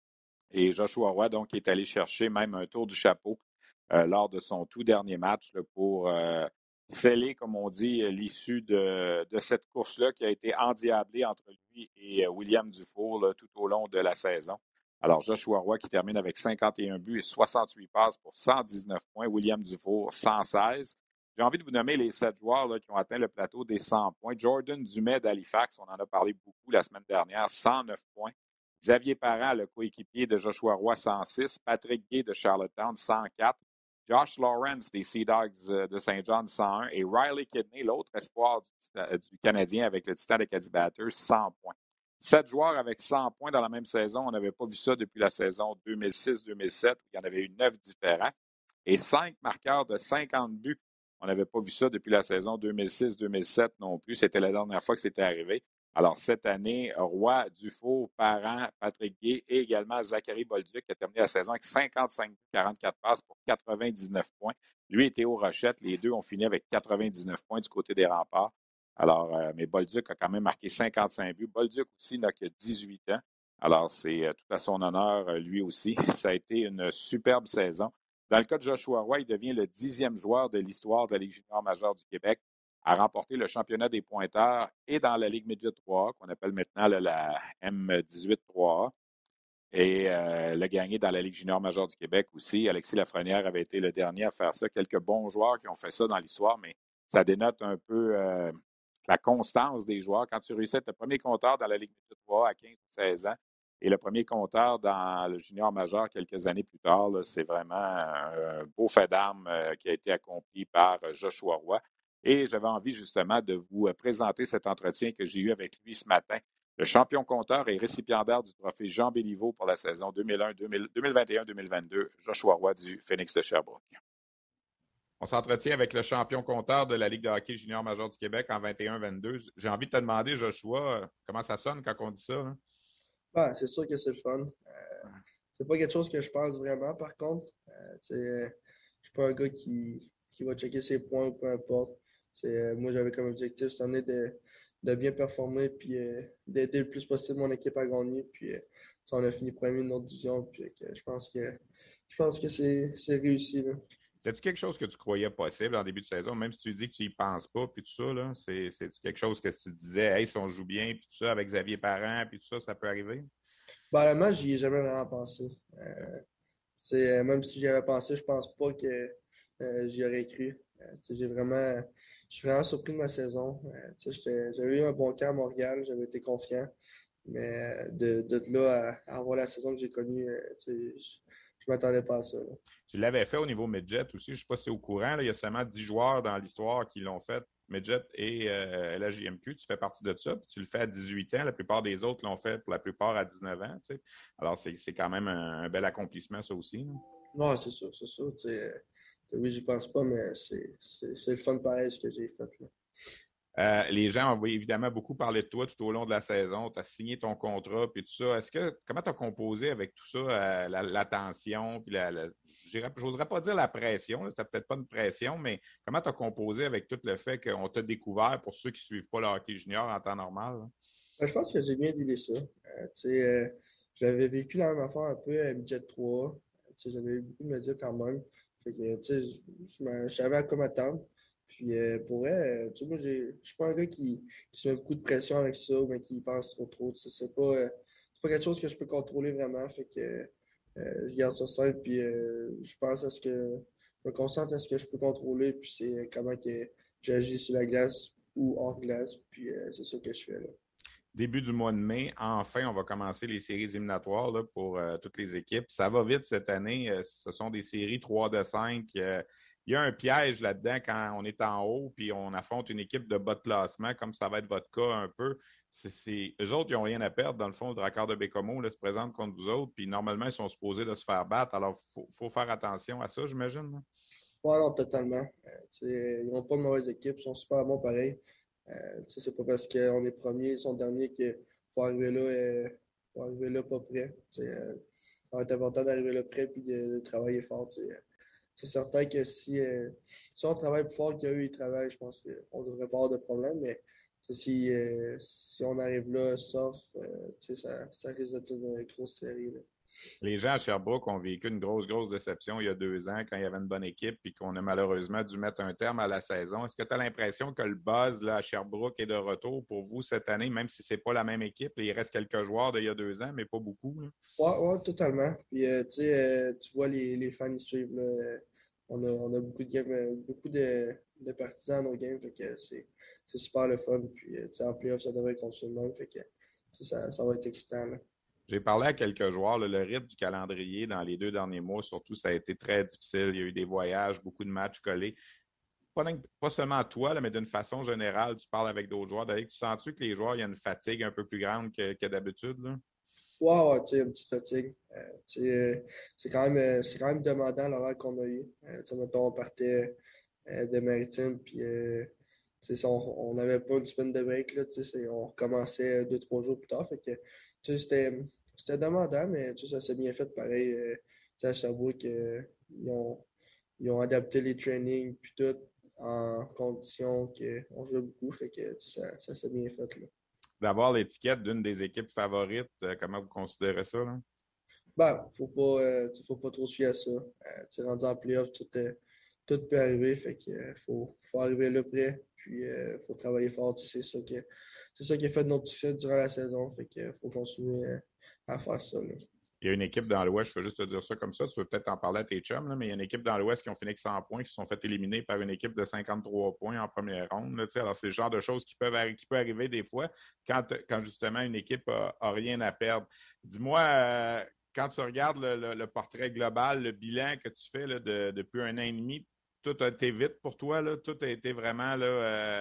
S5: Et Joshua Roy, donc, est allé chercher même un tour du chapeau euh, lors de son tout dernier match là, pour euh, sceller, comme on dit, l'issue de, de cette course-là qui a été endiablée entre lui et euh, William Dufour là, tout au long de la saison. Alors, Joshua Roy qui termine avec cinquante et un buts et soixante-huit passes pour cent dix-neuf points. William Dufour, cent seize. J'ai envie de vous nommer les sept joueurs là, qui ont atteint le plateau des cent points. Jordan Dumais d'Halifax, on en a parlé beaucoup la semaine dernière, cent neuf points. Xavier Parent, le coéquipier de Joshua Roy, cent six. Patrick Gay de Charlottetown, cent quatre. Josh Lawrence des Sea Dogs de Saint-John, cent un. Et Riley Kidney, l'autre espoir du, du Canadien avec le Titan Acadie Batters, cent points. Sept joueurs avec cent points dans la même saison. On n'avait pas vu ça depuis la saison deux mille six deux mille sept où il y en avait eu neuf différents. et cinq marqueurs de cinquante buts. On n'avait pas vu ça depuis la saison deux mille six deux mille sept non plus. C'était la dernière fois que c'était arrivé. Alors, cette année, Roy, Dufault, Parent, Patrick Gay et également Zachary Bolduc qui a terminé la saison avec cinquante-cinq buts, quarante-quatre passes pour quatre-vingt-dix-neuf points. Lui et Théo Rochette, les deux ont fini avec quatre-vingt-dix-neuf points du côté des Remparts. Alors, euh, mais Bolduc a quand même marqué cinquante-cinq buts. Bolduc aussi n'a que dix-huit ans. Alors, c'est euh, tout à son honneur, euh, lui aussi. Ça a été une superbe saison. Dans le cas de Joshua Roy, il devient le dixième joueur de l'histoire de la Ligue junior majeure du Québec à remporter le championnat des pointeurs et dans la Ligue Midget trois A, qu'on appelle maintenant là, la M dix-huit trois A, et euh, le gagner dans la Ligue junior majeure du Québec aussi. Alexis Lafrenière avait été le dernier à faire ça. Quelques bons joueurs qui ont fait ça dans l'histoire, mais ça dénote un peu euh, la constance des joueurs. Quand tu réussis à être le premier compteur dans la Ligue Midget trois A à quinze ou seize ans et le premier compteur dans le junior majeur quelques années plus tard, là, c'est vraiment un beau fait d'armes euh, qui a été accompli par Joshua Roy. Et j'avais envie justement de vous présenter cet entretien que j'ai eu avec lui ce matin. Le champion compteur et récipiendaire du trophée Jean Béliveau pour la saison deux mille vingt et un deux mille vingt-deux, Joshua Roy du Phoenix de Sherbrooke. On s'entretient avec le champion compteur de la Ligue de hockey junior majeur du Québec en vingt et un vingt-deux. J'ai envie de te demander, Joshua, comment ça sonne quand on dit ça? Hein?
S8: Ouais, c'est sûr que c'est le fun. Euh, c'est pas quelque chose que je pense vraiment, par contre. Euh, je suis pas un gars qui, qui va checker ses points ou peu importe. Euh, moi, j'avais comme objectif cette année de, de bien performer puis euh, d'aider le plus possible mon équipe à gagner. Puis euh, on a fini premier de notre division. Puis euh, je pense que je pense que c'est, c'est réussi. Là.
S5: C'est-tu quelque chose que tu croyais possible en début de saison, même si tu dis que tu y penses pas, puis tout ça, là, c'est, c'est-tu quelque chose que tu disais, hey, si on joue bien, puis tout ça, avec Xavier Parent, puis tout ça, ça peut arriver?
S8: Ben, honnêtement, j'y ai jamais vraiment pensé. Euh, même si j'y avais pensé, je pense pas que euh, j'y aurais cru. Euh, j'ai vraiment, je suis vraiment surpris de ma saison. Euh, j'avais eu un bon camp à Montréal, j'avais été confiant, mais de, de là à, à avoir la saison que j'ai connue, euh, je ne m'attendais pas à ça. Là.
S5: Tu l'avais fait au niveau midget aussi, je ne sais pas si c'est au courant, là, il y a seulement dix joueurs dans l'histoire qui l'ont fait, midget et euh, L H J M Q, tu fais partie de ça, puis tu le fais à dix-huit ans, la plupart des autres l'ont fait pour la plupart à dix-neuf ans. Tu sais. Alors, c'est, c'est quand même un, un bel accomplissement, ça aussi.
S8: Oui, c'est sûr, c'est sûr. Euh, oui, j'y pense pas, mais c'est, c'est, c'est le fun pareil ce que j'ai fait. Là.
S5: Euh, les gens ont évidemment beaucoup parlé de toi tout au long de la saison. Tu as signé ton contrat puis tout ça. Est-ce que comment tu as composé avec tout ça, euh, la, la tension, puis la, la j'oserais pas dire la pression, là, c'était peut-être pas une pression, mais comment tu as composé avec tout le fait qu'on t'a découvert pour ceux qui ne suivent pas le hockey junior en temps normal?
S8: Ben, je pense que j'ai bien dealé ça. Euh, euh, j'avais vécu la même affaire un peu à Midget trois A. J'avais eu beaucoup de médias quand même. Fait que, je, je savais à quoi m'attendre. Puis euh, pour vrai, tu sais, moi, je suis pas un gars qui, qui se met beaucoup de pression avec ça, mais qui pense trop trop. C'est pas, euh, c'est pas quelque chose que je peux contrôler vraiment. Fait que euh, je garde ça simple, puis euh, je pense à ce que je me concentre à ce que je peux contrôler, puis c'est comment que j'agis sur la glace ou hors glace, puis euh, c'est ça que je fais là.
S5: Début du mois de mai, enfin, on va commencer les séries éliminatoires là, pour euh, toutes les équipes. Ça va vite cette année. Euh, ce sont des séries trois de cinq. Euh, il y a un piège là-dedans quand on est en haut puis on affronte une équipe de bas de classement, comme ça va être votre cas un peu. C'est, c'est... Eux autres, ils n'ont rien à perdre. Dans le fond, le Drakkar de Bécomo là, se présente contre vous autres. Puis normalement, ils sont supposés de se faire battre. Alors, il faut, faut faire attention à ça, j'imagine. Là.
S8: Oui, non, totalement. Euh, ils n'ont pas de mauvaise équipe. Ils sont super bons pareil. Euh, c'est pas parce qu'on est premier, ils sont derniers qu'il faut arriver là, euh, faut arriver là pas prêt. Euh, ça va être important d'arriver là prêt et de, de travailler fort. T'sais. C'est certain que si, euh, si on travaille plus fort qu'eux, ils travaillent, je pense qu'on ne devrait pas avoir de problème. Mais si, euh, si on arrive là, sauf, euh, ça, ça risque d'être une grosse série. Là.
S5: Les gens à Sherbrooke ont vécu une grosse, grosse déception il y a deux ans quand il y avait une bonne équipe et qu'on a malheureusement dû mettre un terme à la saison. Est-ce que tu as l'impression que le buzz là, à Sherbrooke est de retour pour vous cette année, même si ce n'est pas la même équipe? Il reste quelques joueurs d'il y a deux ans, mais pas beaucoup.
S8: Oui, ouais, totalement. Puis, euh, euh, tu vois, les, les fans ils suivent. Là. On, a, on a beaucoup de games, beaucoup de, de partisans dans nos games. Fait que c'est, c'est super le fun. Puis, en playoff, ça devrait continuer le même. Fait que ça, ça va être excitant. Là.
S5: J'ai parlé à quelques joueurs. Là, le rythme du calendrier dans les deux derniers mois, surtout, ça a été très difficile. Il y a eu des voyages, beaucoup de matchs collés. Pas, pas seulement toi, là, mais d'une façon générale, tu parles avec d'autres joueurs. D'ailleurs, tu sens-tu que les joueurs, il y a une fatigue un peu plus grande que, que d'habitude? Là?
S8: Ouais, ouais, tu sais, une petite fatigue. Euh, tu sais, euh, c'est quand même, euh, c'est quand même demandant l'horaire qu'on a eu. Euh, tu sais, mettons, on partait euh, de Maritime, puis euh, tu sais, si on n'avait pas une semaine de break, là, tu sais, c'est- on recommençait deux, trois jours plus tard. Fait que, tu sais, c'était, c'était demandant, mais tu sais, ça s'est bien fait pareil. Euh, tu sais, à Sherbrooke, euh, ils ont, ils ont adapté les trainings, puis tout, en condition qu'on joue beaucoup. Fait que, tu sais, ça, ça s'est bien fait, là.
S5: D'avoir l'étiquette d'une des équipes favorites, euh, comment vous considérez ça, là?
S8: Ben, faut pas, euh, tu sais, faut pas trop se fier à ça. Euh, tu es rendu en playoff, tout, euh, tout peut arriver. Fait que, euh, faut, faut arriver là près. Puis, il faut travailler fort. Tu sais, c'est ça, que, c'est ça qui a fait de notre succès durant la saison. Fait que, faut continuer euh, à faire ça, là.
S5: Il y a une équipe dans l'Ouest, je vais juste te dire ça comme ça, tu peux peut-être en parler à tes chums, là, mais il y a une équipe dans l'Ouest qui ont fini avec cent points, qui se sont fait éliminer par une équipe de cinquante-trois points en première ronde. Là, alors, c'est le genre de choses qui peuvent arri- qui peut arriver des fois quand, quand justement une équipe n'a rien à perdre. Dis-moi, euh, quand tu regardes le, le- le portrait global, le bilan que tu fais là, de- depuis un an et demi, tout a été vite pour toi, là, tout a été vraiment là, euh,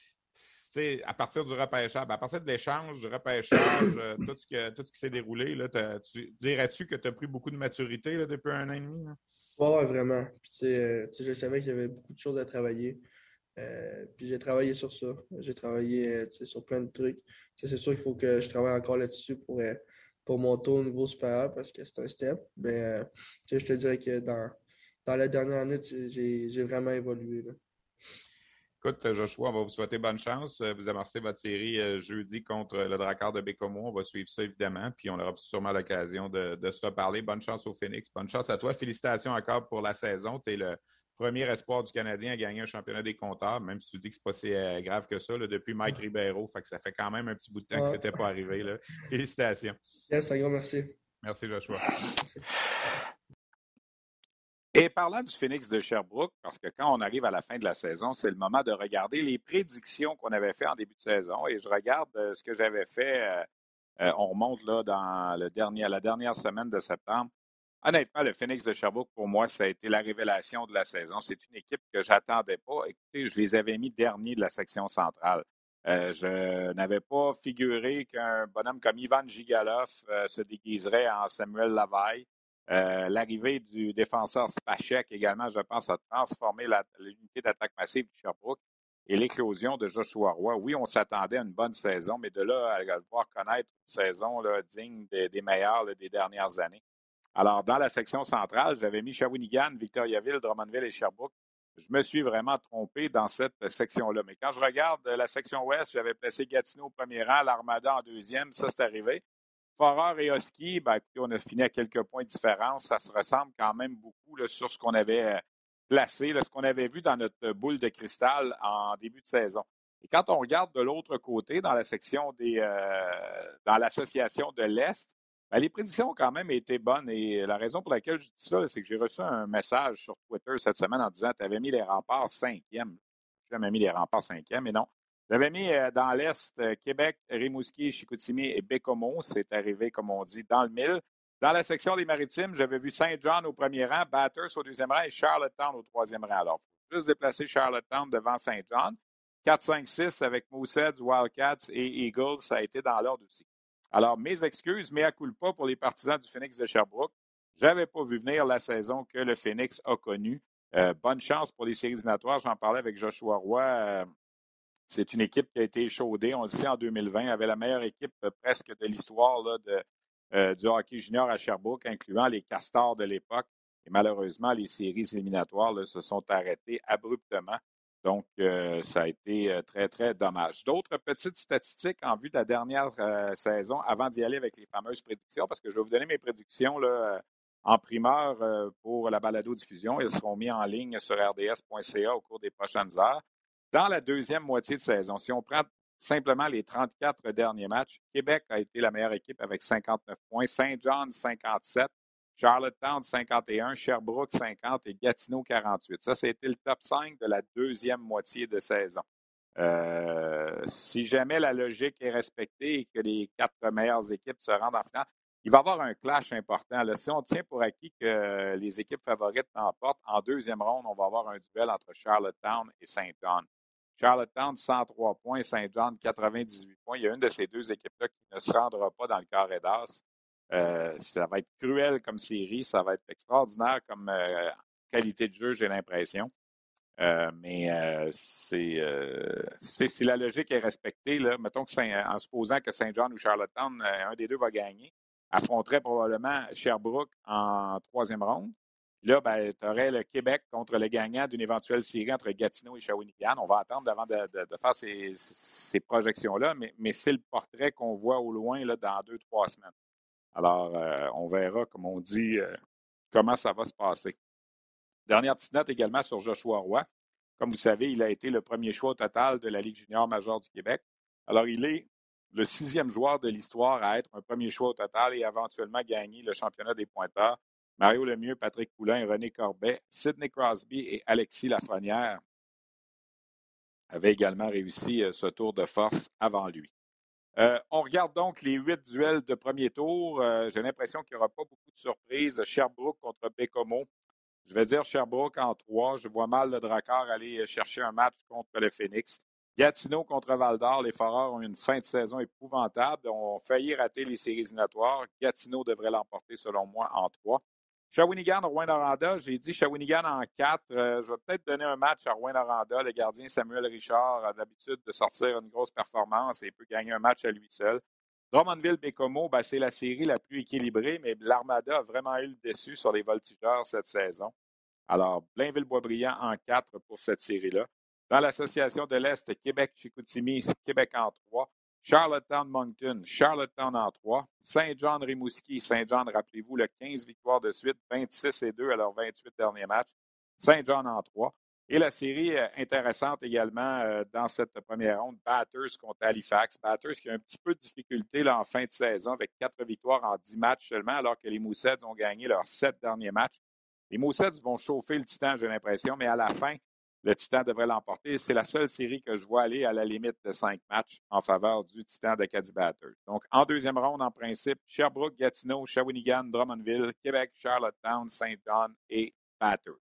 S5: tu sais, à partir du repêchage, à partir de l'échange, du repêchage, euh, tout ce que, tout ce qui s'est déroulé, là, t'as- tu, dirais-tu que tu as pris beaucoup de maturité là, depuis un an et demi? Là?
S8: Ouais, ouais, vraiment. Puis, tu sais, euh, tu sais, je savais qu'il y avait beaucoup de choses à travailler. Euh, puis j'ai travaillé sur ça. J'ai travaillé euh, tu sais, sur plein de trucs. Tu sais, c'est sûr qu'il faut que je travaille encore là-dessus pour, euh, pour monter au niveau supérieur parce que c'est un step. Mais euh, tu sais, je te dirais que dans, dans la dernière année, tu sais, j'ai, j'ai vraiment évolué, là.
S5: Écoute, Joshua, on va vous souhaiter bonne chance. Vous amorcez votre série euh, jeudi contre le Drakkar de Bécomo. On va suivre ça, évidemment, puis on aura sûrement l'occasion de, de se reparler. Bonne chance au Phoenix. Bonne chance à toi. Félicitations encore pour la saison. Tu es le premier espoir du Canadien à gagner un championnat des comptables, même si tu dis que ce n'est pas si euh, grave que ça, là, depuis Mike Ribeiro. Fait que ça fait quand même un petit bout de temps que ce
S8: Ouais.
S5: n'était pas arrivé. Là. Félicitations.
S8: Yes, un grand merci.
S5: Merci, Joshua.
S8: Merci.
S5: Et parlant du Phoenix de Sherbrooke, parce que quand on arrive à la fin de la saison, c'est le moment de regarder les prédictions qu'on avait fait en début de saison. Et je regarde euh, ce que j'avais fait. Euh, euh, on remonte là dans le dernier, la dernière semaine de septembre. Honnêtement, le Phoenix de Sherbrooke, pour moi, ça a été la révélation de la saison. C'est une équipe que j'attendais pas. Écoutez, je les avais mis derniers de la section centrale. Euh, je n'avais pas figuré qu'un bonhomme comme Ivan Gigalov euh, se déguiserait en Samuel Lavaille. Euh, l'arrivée du défenseur Spacek également, je pense, a transformé la, l'unité d'attaque massive du Sherbrooke et l'éclosion de Joshua Roy. Oui, on s'attendait à une bonne saison, mais de là à le voir connaître une saison là, digne des, des meilleures là, des dernières années. Alors, dans la section centrale, j'avais mis Shawinigan, Victoriaville, Drummondville et Sherbrooke. Je me suis vraiment trompé dans cette section-là. Mais quand je regarde la section ouest, j'avais placé Gatineau au premier rang, l'Armada en deuxième. Ça, c'est arrivé. Foreur et Husky, ben, écoutez, on a fini à quelques points de différence. Ça se ressemble quand même beaucoup là, sur ce qu'on avait placé, là, ce qu'on avait vu dans notre boule de cristal en début de saison. Et quand on regarde de l'autre côté, dans la section des, euh, dans l'association de l'Est, ben, les prédictions ont quand même été bonnes. Et la raison pour laquelle je dis ça, c'est que j'ai reçu un message sur Twitter cette semaine en disant « Tu avais mis les remparts cinquième. » Je n'avais jamais mis les remparts cinquième, mais non. J'avais mis euh, dans l'Est euh, Québec, Rimouski, Chicoutimi et Bécomo. C'est arrivé, comme on dit, dans le mille. Dans la section des Maritimes, j'avais vu Saint-John au premier rang, Bathurst au deuxième rang et Charlottetown au troisième rang. Alors, il faut juste déplacer Charlottetown devant Saint-John. quatre, cinq, six avec Mooseheads, Wildcats et Eagles, ça a été dans l'ordre aussi. Alors, mes excuses, mea culpa pour les partisans du Phoenix de Sherbrooke. Je n'avais pas vu venir la saison que le Phoenix a connue. Euh, bonne chance pour les séries éliminatoires. J'en parlais avec Joshua Roy. Euh, c'est une équipe qui a été échaudée, on le sait, en deux mille vingt, avait la meilleure équipe euh, presque de l'histoire là, de, euh, du hockey junior à Sherbrooke, incluant les Castors de l'époque. Et malheureusement, les séries éliminatoires là, se sont arrêtées abruptement. Donc, euh, ça a été euh, très, très dommage. D'autres petites statistiques en vue de la dernière euh, saison avant d'y aller avec les fameuses prédictions, parce que je vais vous donner mes prédictions là, euh, en primeur euh, pour la balado-diffusion. Elles seront mises en ligne sur r d s point c a au cours des prochaines heures. Dans la deuxième moitié de saison, si on prend simplement les trente-quatre derniers matchs, Québec a été la meilleure équipe avec cinquante-neuf points, Saint-John cinquante-sept, Charlottetown cinquante et un, Sherbrooke cinquante et Gatineau quarante-huit. Ça, c'était le top cinq de la deuxième moitié de saison. Euh, si jamais la logique est respectée et que les quatre meilleures équipes se rendent en finale, il va y avoir un clash important. Là, si on tient pour acquis que les équipes favorites l'emportent, en deuxième ronde, on va avoir un duel entre Charlottetown et Saint-John. Charlottetown, cent trois points, Saint-John, quatre-vingt-dix-huit points. Il y a une de ces deux équipes-là qui ne se rendra pas dans le carré d'as. Euh, ça va être cruel comme série, ça va être extraordinaire comme euh, qualité de jeu, j'ai l'impression. Euh, mais euh, c'est, euh, c'est si la logique est respectée, là, mettons que Saint, en supposant que Saint John ou Charlottetown, euh, un des deux va gagner, affronterait probablement Sherbrooke en troisième ronde. Là, ben, tu aurais le Québec contre le gagnant d'une éventuelle série entre Gatineau et Shawinigan. On va attendre avant de, de, de faire ces, ces projections-là, mais, mais c'est le portrait qu'on voit au loin là, dans deux, trois semaines. Alors, euh, on verra, comme on dit, euh, comment ça va se passer. Dernière petite note également sur Joshua Roy. Comme vous savez, il a été le premier choix au total de la Ligue junior majeure du Québec. Alors, il est le sixième joueur de l'histoire à être un premier choix au total et éventuellement gagner le championnat des pointeurs. Mario Lemieux, Patrick Poulain, René Corbet, Sidney Crosby et Alexis Lafrenière avaient également réussi ce tour de force avant lui. Euh, on regarde donc les huit duels de premier tour. Euh, j'ai l'impression qu'il n'y aura pas beaucoup de surprises. Sherbrooke contre Bécomo. Je vais dire Sherbrooke en trois. Je vois mal le Drakkar aller chercher un match contre le Phoenix. Gatineau contre Val-d'Or. Les Foreurs ont une fin de saison épouvantable. On a failli rater les séries éliminatoires. Gatineau devrait l'emporter, selon moi, en trois. Shawinigan, Rouyn-Noranda. J'ai dit Shawinigan en quatre. Euh, je vais peut-être donner un match à Rouyn-Noranda. Le gardien Samuel Richard a l'habitude de sortir une grosse performance et peut gagner un match à lui seul. Drummondville-Bécomo, ben, c'est la série la plus équilibrée, mais l'Armada a vraiment eu le dessus sur les voltigeurs cette saison. Alors, Blainville-Boisbriand en quatre pour cette série-là. Dans l'Association de l'Est, Québec-Chicoutimi, Québec en trois. Charlottetown-Moncton, Charlottetown en trois. Saint-John-Rimouski, Saint-John, rappelez-vous, le quinze victoires de suite, vingt-six et deux à leurs vingt-huit derniers matchs. Saint-John en trois. Et la série euh, intéressante également euh, dans cette première ronde, Batters contre Halifax. Batters qui a un petit peu de difficulté là, en fin de saison avec quatre victoires en dix matchs seulement, alors que les Moussets ont gagné leurs sept derniers matchs. Les Moussets vont chauffer le Titan, j'ai l'impression, mais à la fin, le Titan devrait l'emporter. C'est la seule série que je vois aller à la limite de cinq matchs en faveur du Titan d'Acadie Batters. Donc, en deuxième ronde, en principe, Sherbrooke, Gatineau, Shawinigan, Drummondville, Québec, Charlottetown, Saint-John et Batters.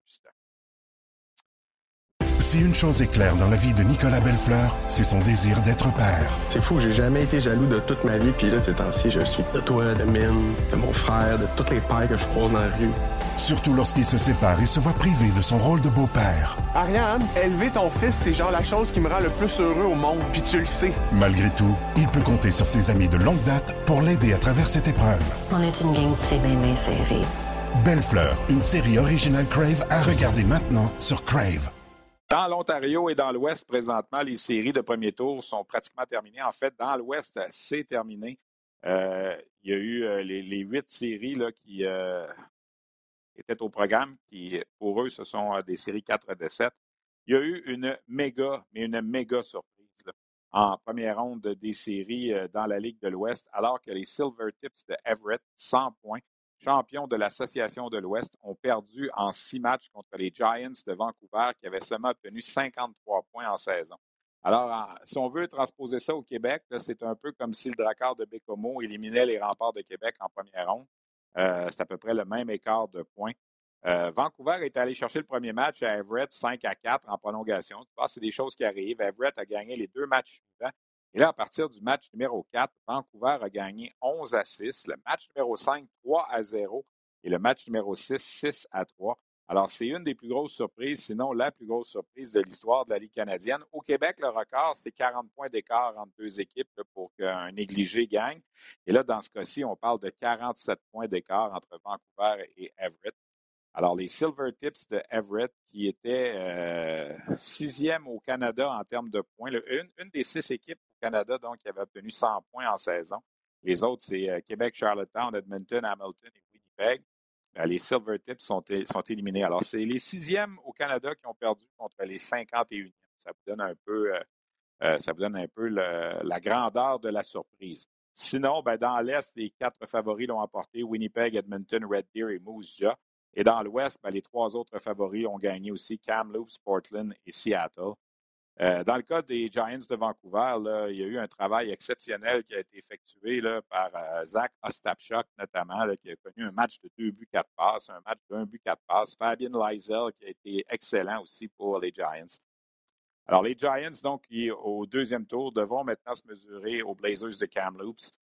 S1: Si une chose est claire dans la vie de Nicolas Bellefleur, c'est son désir d'être père.
S2: C'est fou, j'ai jamais été jaloux de toute ma vie, puis là, de ces temps-ci, je suis de toi, de Mine, de mon frère, de toutes les pères que je croise dans la rue.
S1: Surtout lorsqu'il se sépare et se voit privé de son rôle de beau-père.
S3: Ariane, élever ton fils, c'est genre la chose qui me rend le plus heureux au monde, puis tu le sais.
S1: Malgré tout, il peut compter sur ses amis de longue date pour l'aider à travers cette épreuve.
S4: On est une gang de c'est bien bien serré.
S1: Bellefleur, une série originale Crave à regarder maintenant sur Crave.
S5: Dans l'Ontario et dans l'Ouest, présentement, les séries de premier tour sont pratiquement terminées. En fait, dans l'Ouest, c'est terminé. Euh, il y a eu euh, les, les huit séries là, qui euh, étaient au programme, qui, pour eux, ce sont euh, des séries quatre de sept. Il y a eu une méga, mais une méga surprise là, en première ronde des séries euh, dans la Ligue de l'Ouest, alors que les Silver Tips de Everett, cent points, champions de l'Association de l'Ouest, ont perdu en six matchs contre les Giants de Vancouver qui avaient seulement obtenu cinquante-trois points en saison. Alors, en, si on veut transposer ça au Québec, là, c'est un peu comme si le Drakkar de Bécomo éliminait les Remparts de Québec en première ronde. Euh, c'est à peu près le même écart de points. Euh, Vancouver est allé chercher le premier match à Everett cinq à quatre en prolongation. Tu vois, c'est des choses qui arrivent. Everett a gagné les deux matchs suivants. Et là, à partir du match numéro quatre, Vancouver a gagné onze à six. Le match numéro cinq, trois à zéro. Et le match numéro six, six à trois. Alors, c'est une des plus grosses surprises, sinon la plus grosse surprise de l'histoire de la Ligue canadienne. Au Québec, le record, c'est quarante points d'écart entre deux équipes là, pour qu'un négligé gagne. Et là, dans ce cas-ci, on parle de quarante-sept points d'écart entre Vancouver et Everett. Alors, les Silver Tips de Everett, qui étaient euh, sixième au Canada en termes de points, là, une, une des six équipes au Canada, donc, qui avait obtenu cent points en saison. Les autres, c'est euh, Québec, Charlottetown, Edmonton, Hamilton et Winnipeg. Ben, les Silver Tips sont, sont éliminés. Alors, c'est les sixièmes au Canada qui ont perdu contre les cinquante et unième. Ça vous donne un peu, euh, euh, ça vous donne un peu le, la grandeur de la surprise. Sinon, ben, dans l'Est, les quatre favoris l'ont emporté, Winnipeg, Edmonton, Red Deer et Moose Jaw. Et dans l'Ouest, ben, les trois autres favoris ont gagné aussi, Kamloops, Portland et Seattle. Euh, dans le cas des Giants de Vancouver, là, il y a eu un travail exceptionnel qui a été effectué là, par euh, Zach Ostapchuk, notamment, là, qui a connu un match de deux buts, quatre passes, un match d'un but, quatre passes. Fabien Lysell, qui a été excellent aussi pour les Giants. Alors, les Giants, donc, qui, au deuxième tour, devront maintenant se mesurer aux Blazers de Kamloops.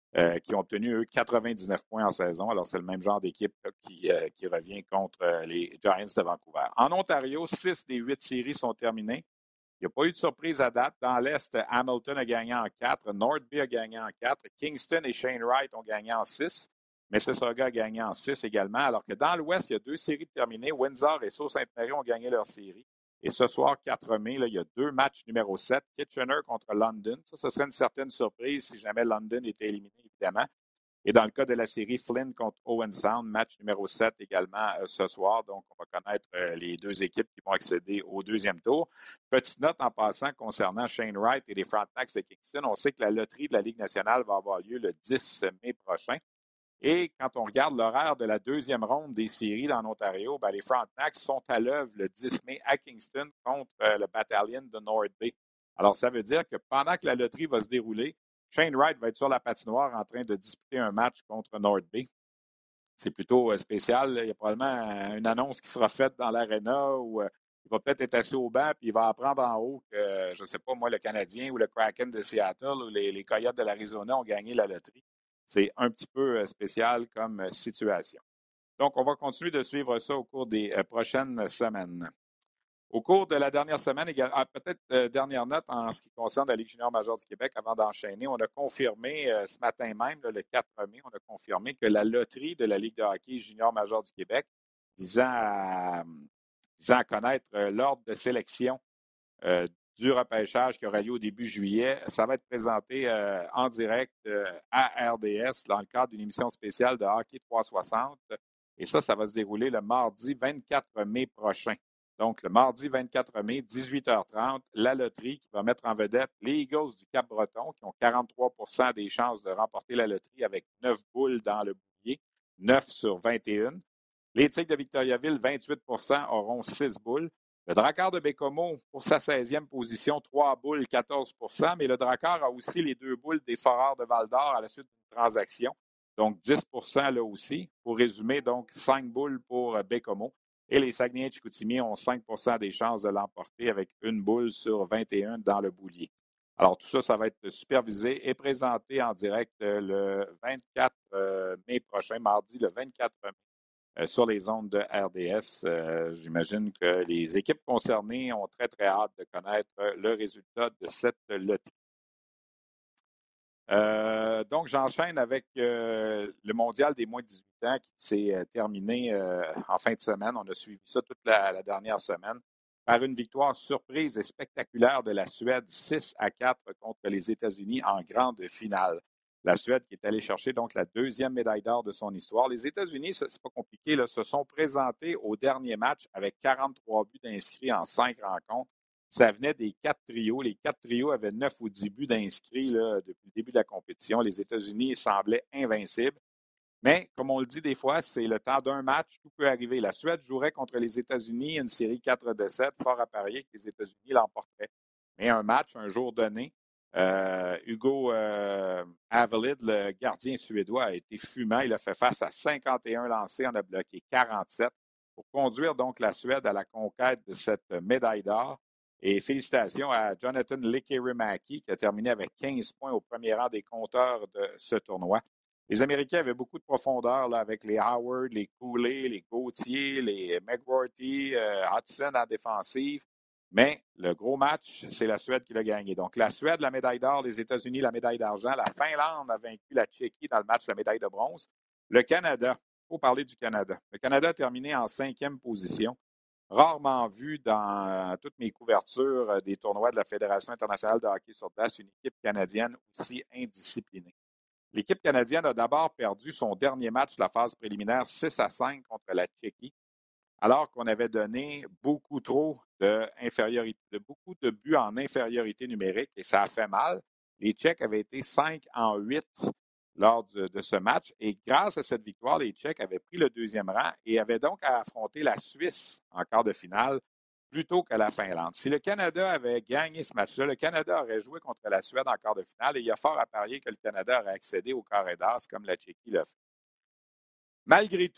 S5: euh, qui ont obtenu, eux, quatre-vingt-dix-neuf points en saison. Alors, c'est le même genre d'équipe là, qui, euh, qui revient contre euh, les Giants de Vancouver. En Ontario, six des huit séries sont terminées. Il n'y a pas eu de surprise à date. Dans l'Est, Hamilton a gagné en quatre, Northby a gagné en quatre, Kingston et Shane Wright ont gagné en six, Mississauga a gagné en six également, alors que dans l'Ouest, il y a deux séries terminées. Windsor et Sault-Sainte-Marie ont gagné leur série. Et ce soir, quatre mai, là, il y a deux matchs numéro sept, Kitchener contre London. Ça, ce serait une certaine surprise si jamais London était éliminé, évidemment. Et dans le cas de la série, Flynn contre Owen Sound, match numéro sept également euh, ce soir. Donc, on va connaître euh, les deux équipes qui vont accéder au deuxième tour. Petite note en passant concernant Shane Wright et les Frontenacs de Kingston. On sait que la loterie de la Ligue nationale va avoir lieu le dix mai prochain. Et quand on regarde l'horaire de la deuxième ronde des séries dans l'Ontario, ben les Frontenacs sont à l'œuvre le dix mai à Kingston contre euh, le Battalion de North Bay. Alors, ça veut dire que pendant que la loterie va se dérouler, Shane Wright va être sur la patinoire en train de disputer un match contre North Bay. C'est plutôt euh, spécial. Il y a probablement une annonce qui sera faite dans l'aréna où euh, il va peut-être être assis au banc puis il va apprendre en haut que, euh, je ne sais pas moi, le Canadien ou le Kraken de Seattle ou les, les Coyotes de l'Arizona ont gagné la loterie. C'est un petit peu spécial comme situation. Donc, on va continuer de suivre ça au cours des prochaines semaines. Au cours de la dernière semaine, ah, peut-être euh, dernière note en ce qui concerne la Ligue junior majeure du Québec, avant d'enchaîner, on a confirmé euh, ce matin même, là, le quatre mai, on a confirmé que la loterie de la Ligue de hockey junior majeure du Québec, visant à, visant à connaître euh, l'ordre de sélection euh, du repêchage qui aura lieu au début juillet. Ça va être présenté euh, en direct euh, à R D S dans le cadre d'une émission spéciale de Hockey trois cent soixante. Et ça, ça va se dérouler le mardi vingt-quatre mai prochain. Donc, le mardi vingt-quatre mai, dix-huit heures trente, la loterie qui va mettre en vedette les Eagles du Cap-Breton qui ont quarante-trois pour cent des chances de remporter la loterie avec neuf boules dans le boulier, neuf sur vingt et un. Les Tigres de Victoriaville, vingt-huit pour cent auront six boules. Le Drakkar de Bécomo, pour sa seizième position, trois boules, quatorze pour cent, mais le Drakkar a aussi les deux boules des Foreurs de Val-d'Or à la suite d'une transaction, donc dix pour cent là aussi. Pour résumer, donc cinq boules pour Bécomo. Et les Saguenay-Chicoutimi ont cinq pour cent des chances de l'emporter avec une boule sur vingt et un dans le boulier. Alors, tout ça, ça va être supervisé et présenté en direct le vingt-quatre mai prochain, mardi le vingt-quatre mai. Euh, sur les ondes de R D S. Euh, j'imagine que les équipes concernées ont très, très hâte de connaître le résultat de cette loterie. Euh, donc, j'enchaîne avec euh, le mondial des moins de dix-huit ans qui s'est euh, terminé euh, en fin de semaine. On a suivi ça toute la, la dernière semaine par une victoire surprise et spectaculaire de la Suède six à quatre contre les États-Unis en grande finale. La Suède qui est allée chercher donc la deuxième médaille d'or de son histoire. Les États-Unis, ce n'est pas compliqué, là, se sont présentés au dernier match avec quarante-trois buts d'inscrits en cinq rencontres. Ça venait des quatre trios. Les quatre trios avaient neuf ou dix buts d'inscrits là, depuis le début de la compétition. Les États-Unis semblaient invincibles. Mais, comme on le dit des fois, c'est le temps d'un match, tout peut arriver. La Suède jouerait contre les États-Unis, une série quatre de sept, fort à parier que les États-Unis l'emporteraient. Mais un match, un jour donné, Euh, Hugo euh, Avelid, le gardien suédois, a été fumant. Il a fait face à cinquante et un lancés, en a bloqué quarante-sept pour conduire donc la Suède à la conquête de cette médaille d'or. Et félicitations à Jonathan Lekkerimäki qui a terminé avec quinze points au premier rang des compteurs de ce tournoi. Les Américains avaient beaucoup de profondeur là, avec les Howard, les Cooley, les Gauthier, les McGrorty, euh, Hudson en défensive. Mais le gros match, c'est la Suède qui l'a gagné. Donc, la Suède, la médaille d'or, les États-Unis, la médaille d'argent. La Finlande a vaincu la Tchéquie dans le match, la médaille de bronze. Le Canada, il faut parler du Canada. Le Canada a terminé en cinquième position. Rarement vu dans toutes mes couvertures des tournois de la Fédération internationale de hockey sur glace, une équipe canadienne aussi indisciplinée. L'équipe canadienne a d'abord perdu son dernier match de la phase préliminaire six à cinq contre la Tchéquie, alors qu'on avait donné beaucoup trop de, infériorité, de, beaucoup de buts en infériorité numérique et ça a fait mal. Les Tchèques avaient été cinq en huit lors de, de ce match et grâce à cette victoire, les Tchèques avaient pris le deuxième rang et avaient donc à affronter la Suisse en quart de finale plutôt que la Finlande. Si le Canada avait gagné ce match-là, le Canada aurait joué contre la Suède en quart de finale et il y a fort à parier que le Canada aurait accédé au carré d'as comme la Tchéquie l'a fait. Malgré tout,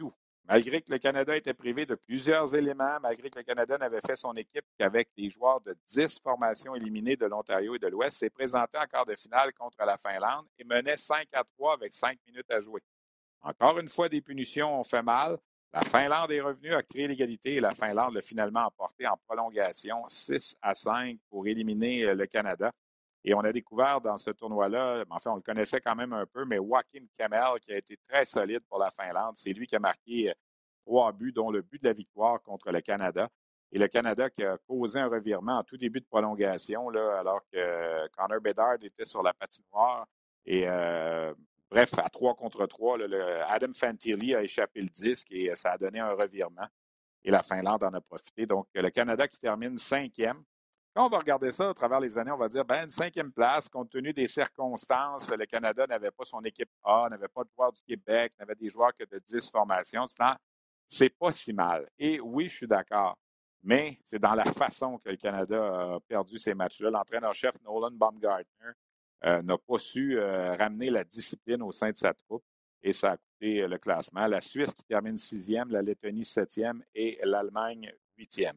S5: malgré que le Canada était privé de plusieurs éléments, malgré que le Canada n'avait fait son équipe qu'avec des joueurs de dix formations éliminées de l'Ontario et de l'Ouest, s'est présenté en quart de finale contre la Finlande et menait cinq à trois avec cinq minutes à jouer. Encore une fois, des punitions ont fait mal. La Finlande est revenue à créer l'égalité et la Finlande l'a finalement emporté en prolongation six à cinq pour éliminer le Canada. Et on a découvert dans ce tournoi-là, enfin, on le connaissait quand même un peu, mais Joakim Kemell, qui a été très solide pour la Finlande, c'est lui qui a marqué trois buts, dont le but de la victoire contre le Canada. Et le Canada qui a causé un revirement en tout début de prolongation, là, alors que Connor Bedard était sur la patinoire. Et euh, bref, à trois contre trois, là, le Adam Fantilli a échappé le disque et ça a donné un revirement. Et la Finlande en a profité. Donc, le Canada qui termine cinquième. Quand on va regarder ça à travers les années, on va dire, ben, une cinquième place, compte tenu des circonstances, le Canada n'avait pas son équipe A, n'avait pas de joueurs du Québec, n'avait des joueurs que de dix formations. C'est pas si mal. Et oui, je suis d'accord. Mais c'est dans la façon que le Canada a perdu ces matchs-là. L'entraîneur-chef Nolan Baumgartner euh, n'a pas su euh, ramener la discipline au sein de sa troupe et ça a coûté euh, le classement. La Suisse qui termine sixième, la Lettonie septième et l'Allemagne huitième.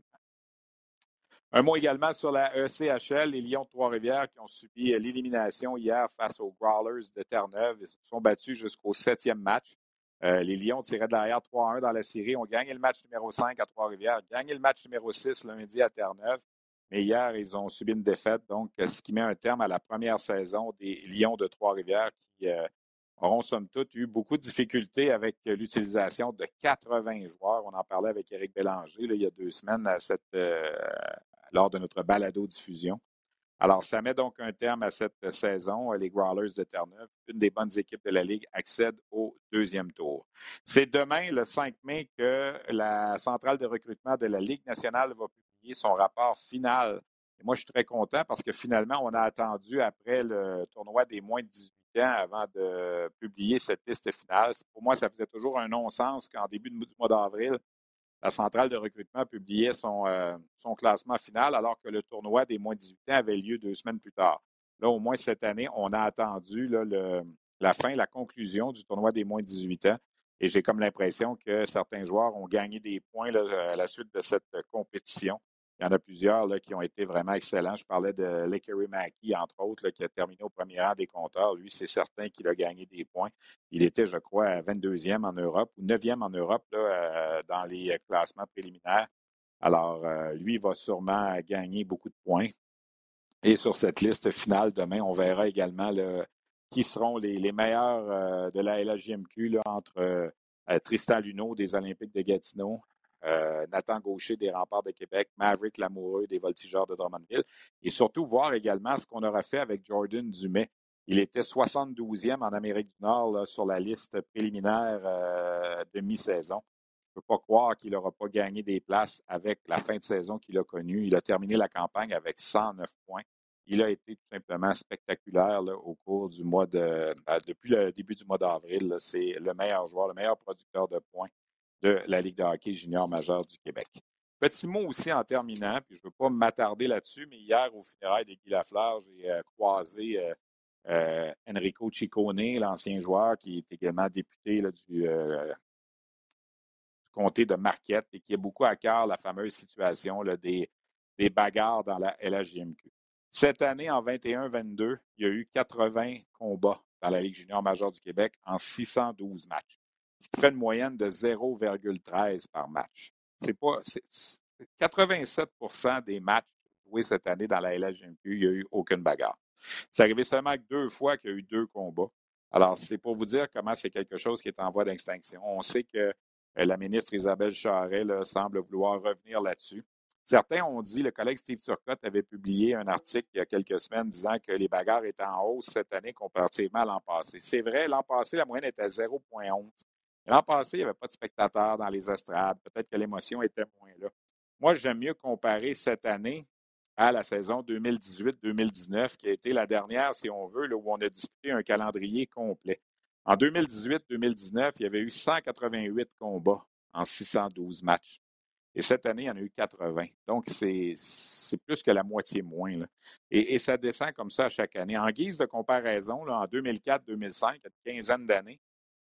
S5: Un mot également sur la E C H L, les Lions de Trois-Rivières qui ont subi l'élimination hier face aux Growlers de Terre-Neuve. Ils se sont battus jusqu'au septième match. Euh, les Lions tiraient de l'arrière trois à un dans la série. On gagné le match numéro cinq à Trois-Rivières, gagné le match numéro six lundi à Terre-Neuve. Mais hier, ils ont subi une défaite, donc ce qui met un terme à la première saison des Lions de Trois-Rivières qui euh, auront somme toute eu beaucoup de difficultés avec l'utilisation de quatre-vingts joueurs. On en parlait avec Éric Bélanger là, il y a deux semaines à cette, euh, lors de notre balado-diffusion. Alors, ça met donc un terme à cette saison. Les Growlers de Terre-Neuve, une des bonnes équipes de la Ligue, accèdent au deuxième tour. C'est demain, le cinq mai, que la centrale de recrutement de la Ligue nationale va publier son rapport final. Et moi, je suis très content parce que finalement, on a attendu après le tournoi des moins de dix-huit ans avant de publier cette liste finale. Pour moi, ça faisait toujours un non-sens qu'en début du mois d'avril, la centrale de recrutement publiait son, euh, son classement final alors que le tournoi des moins de dix-huit ans avait lieu deux semaines plus tard. Là, au moins cette année, on a attendu là, le, la fin, la conclusion du tournoi des moins de dix-huit ans et j'ai comme l'impression que certains joueurs ont gagné des points là, à la suite de cette compétition. Il y en a plusieurs là, qui ont été vraiment excellents. Je parlais de Lekeri Maki, entre autres, là, qui a terminé au premier rang des compteurs. Lui, c'est certain qu'il a gagné des points. Il était, je crois, à vingt-deuxième en Europe ou neuvième en Europe là, euh, dans les classements préliminaires. Alors, euh, lui, il va sûrement gagner beaucoup de points. Et sur cette liste finale, demain, on verra également là, qui seront les, les meilleurs euh, de la L H J M Q là, entre euh, Tristan Luneau des Olympiques de Gatineau, Euh, Nathan Gaucher des Remparts de Québec, Maverick Lamoureux des Voltigeurs de Drummondville et surtout voir également ce qu'on aura fait avec Jordan Dumais. Il était soixante-douzième en Amérique du Nord là, sur la liste préliminaire euh, de mi-saison. Je ne peux pas croire qu'il n'aura pas gagné des places avec la fin de saison qu'il a connue. Il a terminé la campagne avec cent neuf points. Il a été tout simplement spectaculaire là, au cours du mois de... Ben, depuis le début du mois d'avril. Là, c'est le meilleur joueur, le meilleur producteur de points de la Ligue de hockey junior majeure du Québec. Petit mot aussi en terminant, puis je ne veux pas m'attarder là-dessus, mais hier, au funérailles de Guy Lafleur, j'ai euh, croisé euh, euh, Enrico Ciccone, l'ancien joueur qui est également député là, du, euh, du comté de Marquette et qui a beaucoup à cœur la fameuse situation là, des, des bagarres dans la L H J M Q. Cette année, en vingt et un vingt-deux, il y a eu quatre-vingts combats dans la Ligue junior majeure du Québec en six cent douze matchs. Ce qui fait une moyenne de zéro virgule treize par match. C'est pas, c'est, c'est quatre-vingt-sept pour cent des matchs joués cette année dans la L H J M Q, il n'y a eu aucune bagarre. C'est arrivé seulement que deux fois qu'il y a eu deux combats. Alors, c'est pour vous dire comment c'est quelque chose qui est en voie d'extinction. On sait que euh, la ministre Isabelle Charest là, semble vouloir revenir là-dessus. Certains ont dit, le collègue Steve Turcotte avait publié un article il y a quelques semaines disant que les bagarres étaient en hausse cette année comparativement à l'an passé. C'est vrai, l'an passé, la moyenne était à zéro virgule onze. L'an passé, il n'y avait pas de spectateurs dans les estrades. Peut-être que l'émotion était moins là. Moi, j'aime mieux comparer cette année à la saison deux mille dix-huit deux mille dix-neuf, qui a été la dernière, si on veut, là, où on a disputé un calendrier complet. En deux mille dix-huit deux mille dix-neuf, il y avait eu cent quatre-vingt-huit combats en six cent douze matchs. Et cette année, il y en a eu quatre-vingts. Donc, c'est, c'est plus que la moitié moins. Là. Et, et ça descend comme ça à chaque année. En guise de comparaison, là, en deux mille quatre deux mille cinq, il y a une quinzaine d'années,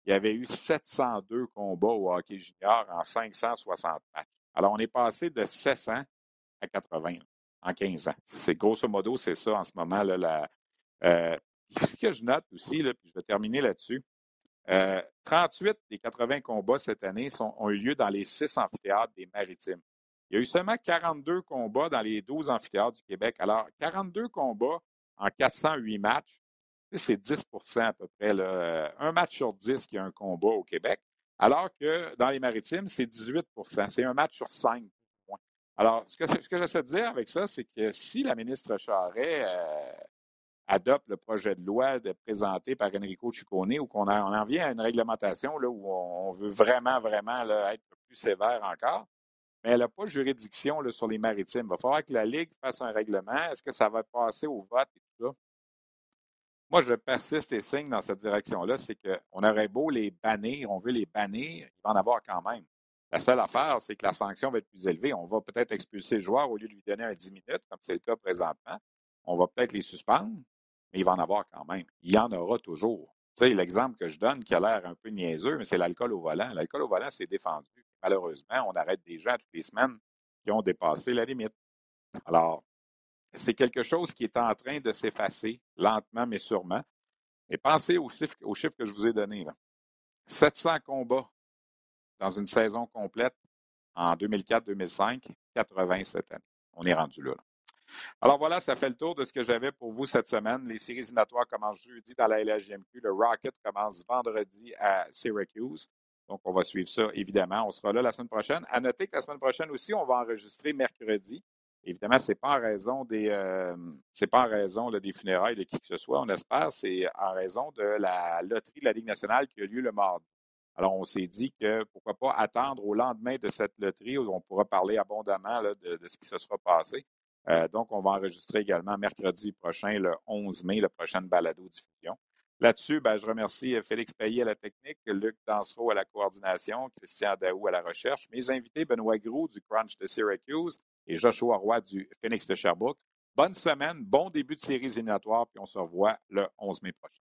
S5: il y avait eu sept cent deux combats au hockey junior en cinq cent soixante matchs. Alors, on est passé de sept cents à quatre-vingts là, en quinze ans. C'est grosso modo, c'est ça en ce moment. Là, la, euh, ce que je note aussi, là, puis je vais terminer là-dessus, euh, trente-huit des quatre-vingts combats cette année sont, ont eu lieu dans les six amphithéâtres des Maritimes. Il y a eu seulement quarante-deux combats dans les douze amphithéâtres du Québec. Alors, quarante-deux combats en quatre cent huit matchs, c'est dix pour cent à peu près. Là. Un match sur dix qui a un combat au Québec. Alors que dans les Maritimes, c'est dix-huit pour cent. C'est un match sur cinq. Alors, ce que, ce que j'essaie de dire avec ça, c'est que si la ministre Charest euh, adopte le projet de loi de, présenté par Enrico Ciccone ou qu'on a, on en vient à une réglementation là, où on, on veut vraiment, vraiment là, être plus sévère encore, mais elle n'a pas de juridiction là, sur les Maritimes. Il va falloir que la Ligue fasse un règlement. Est-ce que ça va passer au vote et tout ça? Moi, je persiste et signe dans cette direction-là, c'est qu'on aurait beau les bannir, on veut les bannir, il va en avoir quand même. La seule affaire, c'est que la sanction va être plus élevée. On va peut-être expulser le joueur au lieu de lui donner un dix minutes, comme c'est le cas présentement. On va peut-être les suspendre, mais il va en avoir quand même. Il y en aura toujours. Tu sais, l'exemple que je donne, qui a l'air un peu niaiseux, mais c'est l'alcool au volant. L'alcool au volant, c'est défendu. Malheureusement, on arrête des gens toutes les semaines qui ont dépassé la limite. Alors, c'est quelque chose qui est en train de s'effacer, lentement mais sûrement. Mais pensez aux chiffres, aux chiffres que je vous ai donnés. Là. sept cents combats dans une saison complète en deux mille quatre deux mille cinq, quatre-vingts cette année. On est rendu là, là. Alors voilà, ça fait le tour de ce que j'avais pour vous cette semaine. Les séries éliminatoires commencent jeudi dans la L H J M Q. Le Rocket commence vendredi à Syracuse. Donc, on va suivre ça, évidemment. On sera là la semaine prochaine. À noter que la semaine prochaine aussi, on va enregistrer mercredi. Évidemment, ce n'est pas en raison des euh, c'est pas en raison là, des funérailles de qui que ce soit, on espère, c'est en raison de la loterie de la Ligue nationale qui a lieu le mardi. Alors, on s'est dit que pourquoi pas attendre au lendemain de cette loterie où on pourra parler abondamment là, de, de ce qui se sera passé. Euh, donc, on va enregistrer également mercredi prochain, le onze mai, la prochaine balado-diffusion. Là-dessus, ben, je remercie Félix Payet à la technique, Luc Dansereau à la coordination, Christian Daou à la recherche, mes invités Benoît Groux du Crunch de Syracuse et Joshua Roy du Phoenix de Sherbrooke. Bonne semaine, bon début de séries éliminatoires, puis on se revoit le onze mai prochain.